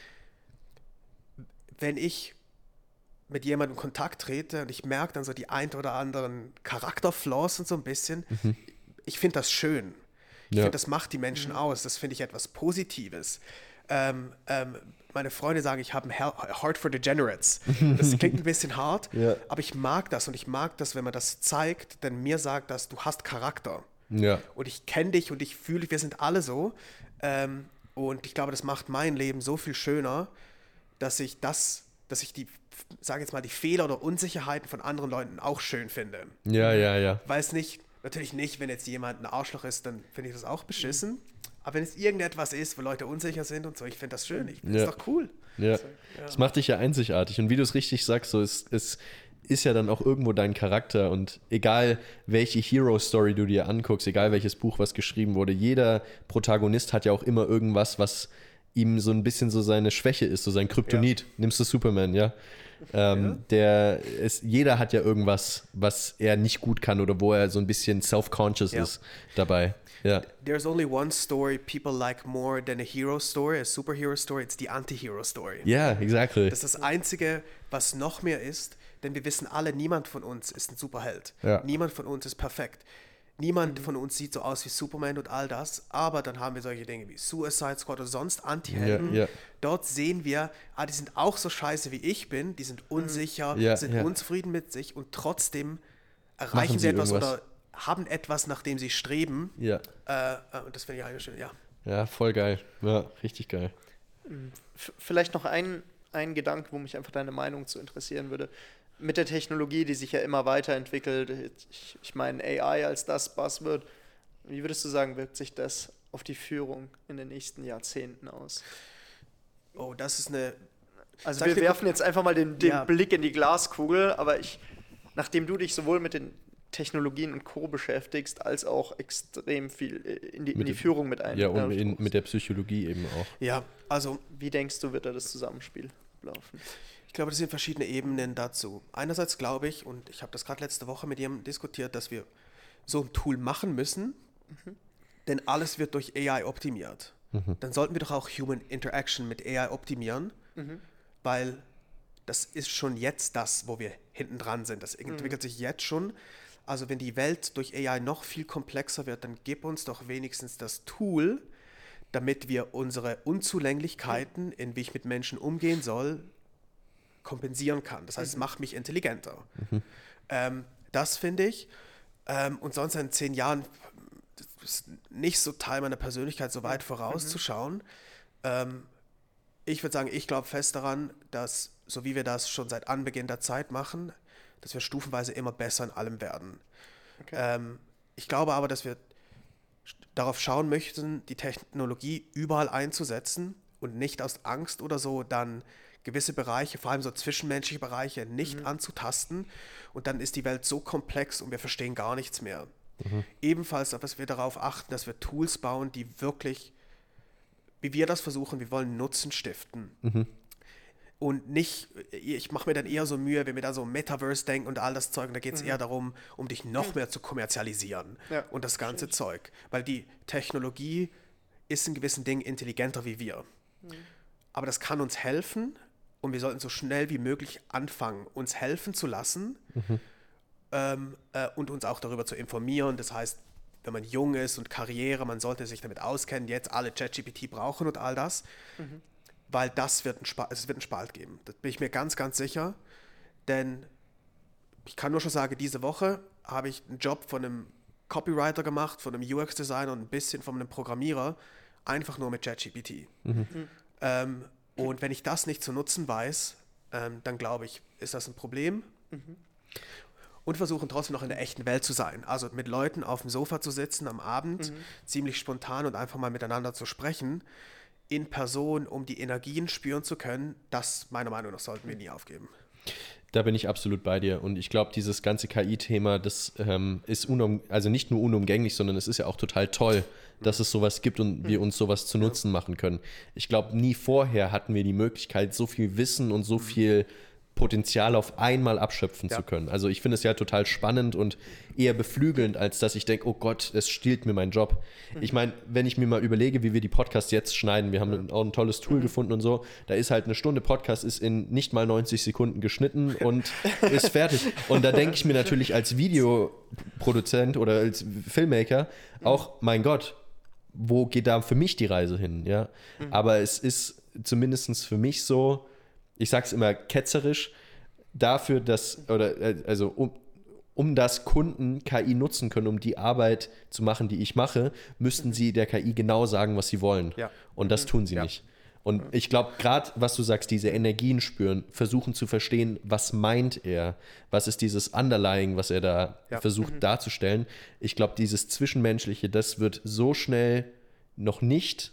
wenn ich mit jemandem in Kontakt trete und ich merke dann so die ein oder anderen Charakterflaws und so ein bisschen. Mhm. Ich finde das schön. Ich Ja. finde, das macht die Menschen aus. Das finde ich etwas Positives. Ähm, ähm, meine Freunde sagen, ich habe ein Her- Heart for Degenerates. Das klingt ein bisschen hart, Ja. aber ich mag das und ich mag das, wenn man das zeigt, denn mir sagt das, du hast Charakter. Ja. Und ich kenne dich und ich fühle dich, wir sind alle so. Ähm, und ich glaube, das macht mein Leben so viel schöner, dass ich das, dass ich die, sage jetzt mal, die Fehler oder Unsicherheiten von anderen Leuten auch schön finde. Ja, ja, ja. Weil es nicht, natürlich nicht, wenn jetzt jemand ein Arschloch ist, dann finde ich das auch beschissen. Aber wenn es irgendetwas ist, wo Leute unsicher sind und so, ich finde das schön. Ich finde Ja. das doch cool. Ja. Das macht dich ja einzigartig. Und wie du es richtig sagst, so es, es ist ja dann auch irgendwo dein Charakter. Und egal, welche Hero-Story du dir anguckst, egal welches Buch, was geschrieben wurde, jeder Protagonist hat ja auch immer irgendwas, was ihm so ein bisschen so seine Schwäche ist, so sein Kryptonit. Ja. Nimmst du Superman, ja? Ähm, Ja. Der ist, jeder hat ja irgendwas, was er nicht gut kann oder wo er so ein bisschen self-conscious Ja. ist dabei. Ja. There's only one story people like more than a hero story, a superhero story. It's the anti-hero story. Ja, exactly. Das ist das Einzige, was noch mehr ist, denn wir wissen alle, niemand von uns ist ein Superheld. Ja. Niemand von uns ist perfekt. Niemand von uns sieht so aus wie Superman und all das, aber dann haben wir solche Dinge wie Suicide Squad oder sonst Anti-Helden. Ja, ja. Dort sehen wir, ah, die sind auch so scheiße wie ich bin, die sind unsicher, Ja, sind ja. unzufrieden mit sich und trotzdem erreichen Machen sie sie etwas irgendwas. oder haben etwas, nach dem sie streben. Ja. Äh, äh, und das finde ich eigentlich schön, ja. Ja, voll geil. Ja, richtig geil. F- Vielleicht noch ein, ein Gedanke, wo mich einfach deine Meinung zu interessieren würde. Mit der Technologie, die sich ja immer weiterentwickelt, ich, ich meine A I als das Buzzword, wie würdest du sagen, wirkt sich das auf die Führung in den nächsten Jahrzehnten aus? Oh, das ist eine. Also Sag wir dir- werfen jetzt einfach mal den, den Ja. Blick in die Glaskugel, aber ich, nachdem du dich sowohl mit den Technologien und Co. beschäftigst, als auch extrem viel in die, in Mit die dem- Führung mit ein. Ja, und äh, in, mit der Psychologie eben auch. Ja, also Wie denkst du, wird da das Zusammenspiel laufen? ich glaube, das sind verschiedene Ebenen dazu. Einerseits glaube ich, und ich habe das gerade letzte Woche mit jemandem diskutiert, dass wir so ein Tool machen müssen, denn alles wird durch A I optimiert. Dann sollten wir doch auch Human Interaction mit A I optimieren, weil das ist schon jetzt das, wo wir hinten dran sind. Das entwickelt sich jetzt schon. Also wenn die Welt durch A I noch viel komplexer wird, dann gib uns doch wenigstens das Tool, damit wir unsere Unzulänglichkeiten, in wie ich mit Menschen umgehen soll, kompensieren kann. Das heißt, es macht mich intelligenter. Ähm, das finde ich. Ähm, und sonst in zehn Jahren das ist nicht so Teil meiner Persönlichkeit, so weit vorauszuschauen. Ähm, ich würde sagen, ich glaube fest daran, dass, so wie wir das schon seit Anbeginn der Zeit machen, dass wir stufenweise immer besser in allem werden. Okay. Ähm, ich glaube aber, dass wir darauf schauen möchten, die Technologie überall einzusetzen und nicht aus Angst oder so dann gewisse Bereiche, vor allem so zwischenmenschliche Bereiche, nicht anzutasten. Und dann ist die Welt so komplex und wir verstehen gar nichts mehr. Ebenfalls, dass wir darauf achten, dass wir Tools bauen, die wirklich, wie wir das versuchen, wir wollen Nutzen stiften. Und nicht, ich mache mir dann eher so Mühe, wenn wir da so Metaverse denken und all das Zeug, und da geht es eher darum, um dich noch mehr zu kommerzialisieren Ja, und das ganze Zeug. Weil die Technologie ist in gewissen Dingen intelligenter wie wir. Aber das kann uns helfen und wir sollten so schnell wie möglich anfangen, uns helfen zu lassen ähm, äh, und uns auch darüber zu informieren. Das heißt, wenn man jung ist und Karriere, man sollte sich damit auskennen, jetzt alle ChatGPT brauchen und all das. Weil das wird ein Spalt, es wird einen Spalt geben. Das bin ich mir ganz, ganz sicher. Denn ich kann nur schon sagen, diese Woche habe ich einen Job von einem Copywriter gemacht, von einem U X-Designer und ein bisschen von einem Programmierer, einfach nur mit ChatGPT. Ähm, und wenn ich das nicht zu nutzen weiß, ähm, dann glaube ich, ist das ein Problem. Und versuchen trotzdem noch in der echten Welt zu sein. Also mit Leuten auf dem Sofa zu sitzen am Abend, ziemlich spontan und einfach mal miteinander zu sprechen, in Person, um die Energien spüren zu können, das meiner Meinung nach sollten wir nie aufgeben. Da bin ich absolut bei dir. Und ich glaube, dieses ganze K I-Thema, das ähm, ist unum, also nicht nur unumgänglich, sondern es ist ja auch total toll, dass es sowas gibt und wir uns sowas zu Nutzen machen können. Ich glaube, nie vorher hatten wir die Möglichkeit, so viel Wissen und so viel Potenzial auf einmal abschöpfen Ja. zu können. Also ich finde es ja total spannend und eher beflügelnd, als dass ich denke, oh Gott, es stiehlt mir meinen Job. Ich meine, wenn ich mir mal überlege, wie wir die Podcasts jetzt schneiden, wir haben auch ein tolles Tool gefunden und so, da ist halt eine Stunde Podcast, ist in nicht mal neunzig Sekunden geschnitten und ist fertig. Und da denke ich mir natürlich als Videoproduzent oder als Filmmaker auch, mein Gott, wo geht da für mich die Reise hin? Ja? Aber es ist zumindest für mich so, ich sage es immer ketzerisch, dafür, dass, oder äh, also um, um das Kunden K I nutzen können, um die Arbeit zu machen, die ich mache, müssten sie der K I genau sagen, was sie wollen. Ja. Und das tun sie Ja. nicht. Und ich glaube, gerade was du sagst, diese Energien spüren, versuchen zu verstehen, was meint er, was ist dieses Underlying, was er da Ja. versucht darzustellen. Ich glaube, dieses Zwischenmenschliche, das wird so schnell noch nicht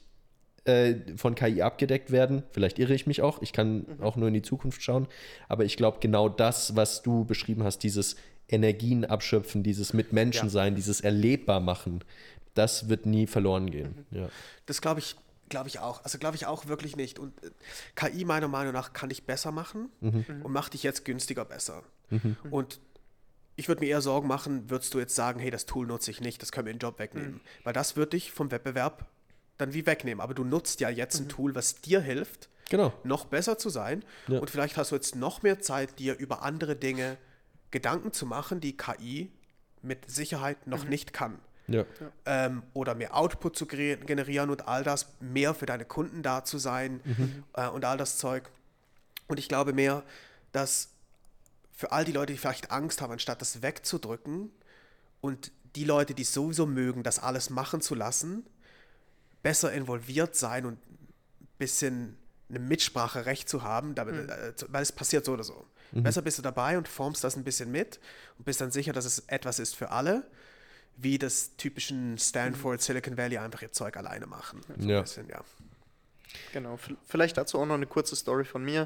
von K I abgedeckt werden. Vielleicht irre ich mich auch. Ich kann auch nur in die Zukunft schauen. Aber ich glaube, genau das, was du beschrieben hast, dieses Energien abschöpfen, dieses mit Menschen Ja. sein, dieses erlebbar machen, das wird nie verloren gehen. Ja. Das glaube ich, glaube ich auch. Also glaube ich auch wirklich nicht. Und äh, K I meiner Meinung nach kann dich besser machen und macht dich jetzt günstiger besser. Und ich würde mir eher Sorgen machen, würdest du jetzt sagen, hey, das Tool nutze ich nicht, das können wir den Job wegnehmen. Weil das wird dich vom Wettbewerb dann wie wegnehmen. Aber du nutzt ja jetzt ein Tool, was dir hilft, Genau. noch besser zu sein. Ja. Und vielleicht hast du jetzt noch mehr Zeit, dir über andere Dinge Gedanken zu machen, die K I mit Sicherheit noch nicht kann. Ja. Ähm, oder mehr Output zu gere- generieren und all das, mehr für deine Kunden da zu sein äh, und all das Zeug. Und ich glaube mehr, dass für all die Leute, die vielleicht Angst haben, anstatt das wegzudrücken und die Leute, die es sowieso mögen, das alles machen zu lassen, besser involviert sein und ein bisschen eine Mitspracherecht zu haben, damit, äh, weil es passiert so oder so. Besser bist du dabei und formst das ein bisschen mit und bist dann sicher, dass es etwas ist für alle, wie das typischen Stanford, Silicon Valley einfach ihr Zeug alleine machen. So ein Ja. bisschen, ja. Genau, v- vielleicht dazu auch noch eine kurze Story von mir.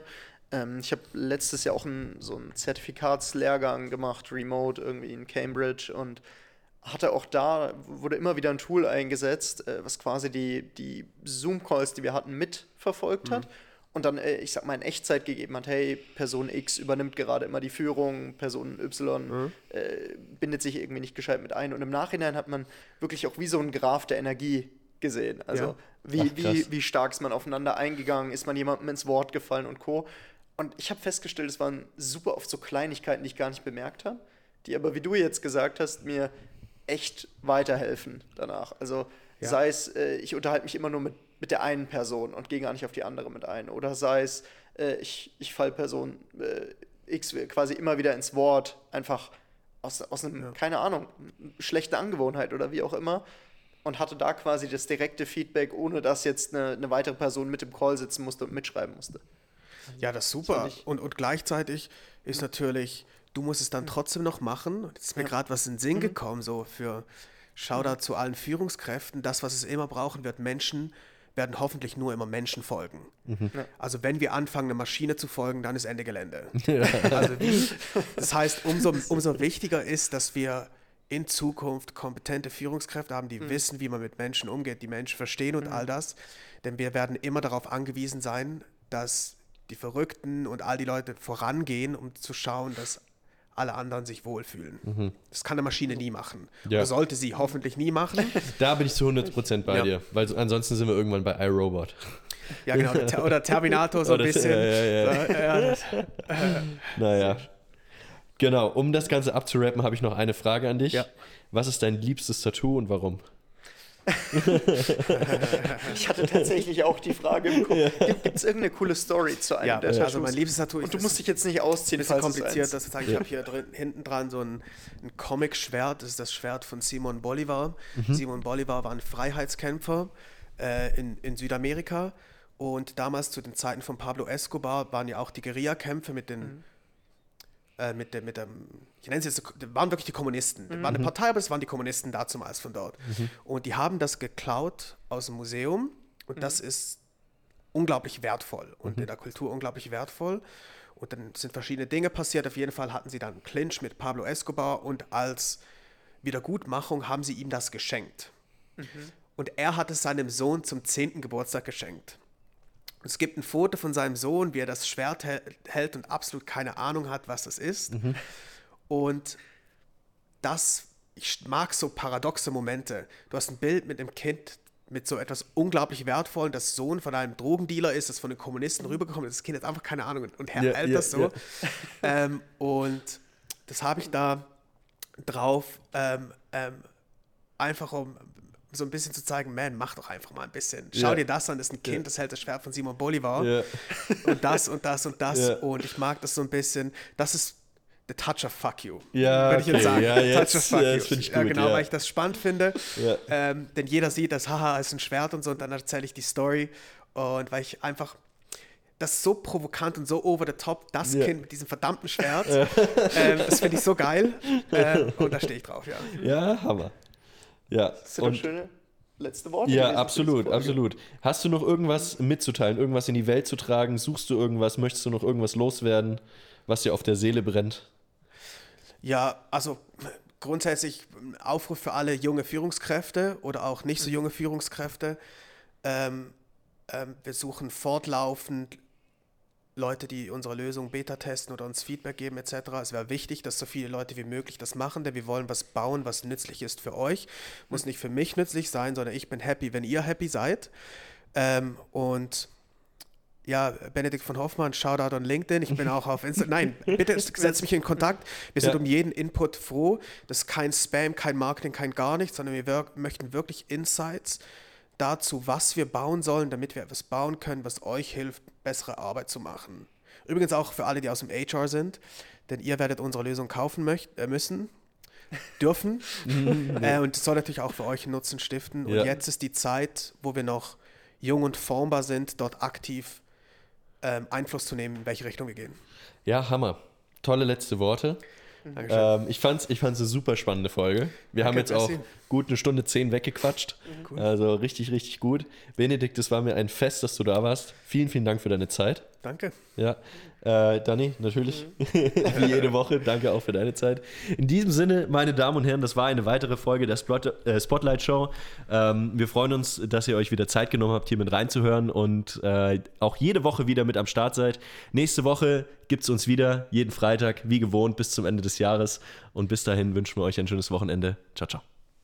Ähm, ich habe letztes Jahr auch ein, so einen Zertifikatslehrgang gemacht, remote, irgendwie in Cambridge und hatte auch da, wurde immer wieder ein Tool eingesetzt, äh, was quasi die, die Zoom-Calls, die wir hatten, mitverfolgt mhm. hat und dann, äh, ich sag mal, in Echtzeit gegeben hat, hey, Person X übernimmt gerade immer die Führung, Person Y mhm. äh, bindet sich irgendwie nicht gescheit mit ein und im Nachhinein hat man wirklich auch wie so ein Graph der Energie gesehen, also ja. wie, Ach, wie, wie stark ist man aufeinander eingegangen, ist man jemandem ins Wort gefallen und Co. Und ich habe festgestellt, es waren super oft so Kleinigkeiten, die ich gar nicht bemerkt habe, die aber, wie du jetzt gesagt hast, mir echt weiterhelfen danach. Also ja. sei es, äh, ich unterhalte mich immer nur mit, mit der einen Person und gehe gar nicht auf die andere mit ein. Oder sei es, äh, ich, ich falle Person äh, X quasi immer wieder ins Wort, einfach aus, aus einem, ja. keine Ahnung, schlechten Angewohnheit oder wie auch immer. Und hatte da quasi das direkte Feedback, ohne dass jetzt eine, eine weitere Person mit im Call sitzen musste und mitschreiben musste. Ja, das ist super. Das und, und gleichzeitig ist natürlich, du musst es dann trotzdem noch machen. Jetzt ist mir ja. gerade was in den Sinn mhm. gekommen, so für Shoutout mhm. zu allen Führungskräften. Das, was es immer brauchen wird, Menschen werden hoffentlich nur immer Menschen folgen. Mhm. Ja. Also wenn wir anfangen, eine Maschine zu folgen, dann ist Ende Gelände. Ja. Also wie, das heißt, umso, umso wichtiger ist, dass wir in Zukunft kompetente Führungskräfte haben, die mhm. wissen, wie man mit Menschen umgeht, die Menschen verstehen und mhm. all das. Denn wir werden immer darauf angewiesen sein, dass die Verrückten und all die Leute vorangehen, um zu schauen, dass alle anderen sich wohlfühlen. Mhm. Das kann eine Maschine nie machen. Ja. Oder sollte sie hoffentlich nie machen. Da bin ich zu hundert Prozent bei ja. dir, weil so, ansonsten sind wir irgendwann bei iRobot. Ja, genau. Oder Terminator so ein bisschen. Ja, ja, ja. So, ja, das, äh. Naja. Genau, um das Ganze abzurappen, habe ich noch eine Frage an dich. Ja. Was ist dein liebstes Tattoo und warum? Ich hatte tatsächlich auch die Frage im Kopf. Ja. Gibt es irgendeine coole Story zu einem ja, der Tattoos? Also mein liebstes Tattoo. Und du musst dich jetzt nicht ausziehen, das ist kompliziert. Das ich ja. habe hier drin, hinten dran so ein, ein Comic-Schwert. Das ist das Schwert von Simon Bolivar. Mhm. Simon Bolivar war ein Freiheitskämpfer äh, in, in Südamerika. Und damals zu den Zeiten von Pablo Escobar waren ja auch die Guerillakämpfe mit den mhm. Mit dem, mit dem, ich nenne es jetzt, das waren wirklich die Kommunisten. Das mhm. war eine Partei, aber es waren die Kommunisten dazumals von dort. Mhm. Und die haben das geklaut aus dem Museum und mhm. das ist unglaublich wertvoll und mhm. in der Kultur unglaublich wertvoll. Und dann sind verschiedene Dinge passiert. Auf jeden Fall hatten sie dann einen Clinch mit Pablo Escobar und als Wiedergutmachung haben sie ihm das geschenkt. Mhm. Und er hat es seinem Sohn zum zehnten Geburtstag geschenkt. Es gibt ein Foto von seinem Sohn, wie er das Schwert hält und absolut keine Ahnung hat, was das ist. Mhm. Und das, ich mag so paradoxe Momente. Du hast ein Bild mit einem Kind mit so etwas unglaublich Wertvollem, das Sohn von einem Drogendealer ist, das von den Kommunisten rübergekommen ist. Das Kind hat einfach keine Ahnung und er ja, hält ja, das so. Ja. Ähm, und das habe ich da drauf, ähm, ähm, einfach um so ein bisschen zu zeigen, man, mach doch einfach mal ein bisschen. Schau ja. dir das an, das ist ein Kind, ja. das hält das Schwert von Simon Bolivar. Ja. Und das und das und das. Ja. Und ich mag das so ein bisschen. Das ist the touch of fuck you. Ja, würde ich jetzt okay. sagen. Ja, jetzt, touch of fuck ja, das finde ich gut. Ja, genau, ja. weil ich das spannend finde. Ja. Ähm, denn jeder sieht, das haha, ist ein Schwert und so. Und dann erzähle ich die Story. Und weil ich einfach das ist so provokant und so over the top, das yeah. Kind mit diesem verdammten Schwert. ähm, das finde ich so geil. Ähm, und da stehe ich drauf, ja. Ja, Hammer. Ja. Das sind doch schöne letzte Worte. Ja, absolut, absolut. Hast du noch irgendwas mitzuteilen, irgendwas in die Welt zu tragen? Suchst du irgendwas? Möchtest du noch irgendwas loswerden, was dir auf der Seele brennt? Ja, also grundsätzlich ein Aufruf für alle junge Führungskräfte oder auch nicht so junge Führungskräfte. Ähm, ähm, wir suchen fortlaufend Leute, die unsere Lösung Beta testen oder uns Feedback geben et cetera. Es wäre wichtig, dass so viele Leute wie möglich das machen, denn wir wollen was bauen, was nützlich ist für euch. Muss nicht für mich nützlich sein, sondern ich bin happy, wenn ihr happy seid. Ähm, und ja, Benedikt von Hoffmann, Shoutout an LinkedIn. Ich bin auch auf Instagram. Nein, bitte setzt mich in Kontakt. Wir sind ja. um jeden Input froh. Das ist kein Spam, kein Marketing, kein gar nichts, sondern wir wir- möchten wirklich Insights dazu, was wir bauen sollen, damit wir etwas bauen können, was euch hilft, bessere Arbeit zu machen. Übrigens auch für alle, die aus dem H R sind, denn ihr werdet unsere Lösung kaufen möcht- äh, müssen, dürfen. äh, und es soll natürlich auch für euch einen Nutzen stiften. Und ja. jetzt ist die Zeit, wo wir noch jung und formbar sind, dort aktiv ähm, Einfluss zu nehmen, in welche Richtung wir gehen. Ja, Hammer. Tolle letzte Worte. Ähm, ich fand es ich fand's eine super spannende Folge. Wir Danke, haben jetzt auch gut eine Stunde zehn weggequatscht. Cool. Also richtig, richtig gut. Benedikt, es war mir ein Fest, dass du da warst. Vielen, vielen Dank für deine Zeit. Danke. Ja, äh, Dani, natürlich, mhm. wie jede Woche, danke auch für deine Zeit. In diesem Sinne, meine Damen und Herren, das war eine weitere Folge der Spot, äh, Spotlight Show. Ähm, wir freuen uns, dass ihr euch wieder Zeit genommen habt, hier mit reinzuhören und äh, auch jede Woche wieder mit am Start seid. Nächste Woche gibt es uns wieder, jeden Freitag, wie gewohnt, bis zum Ende des Jahres. Und bis dahin wünschen wir euch ein schönes Wochenende. Ciao, ciao.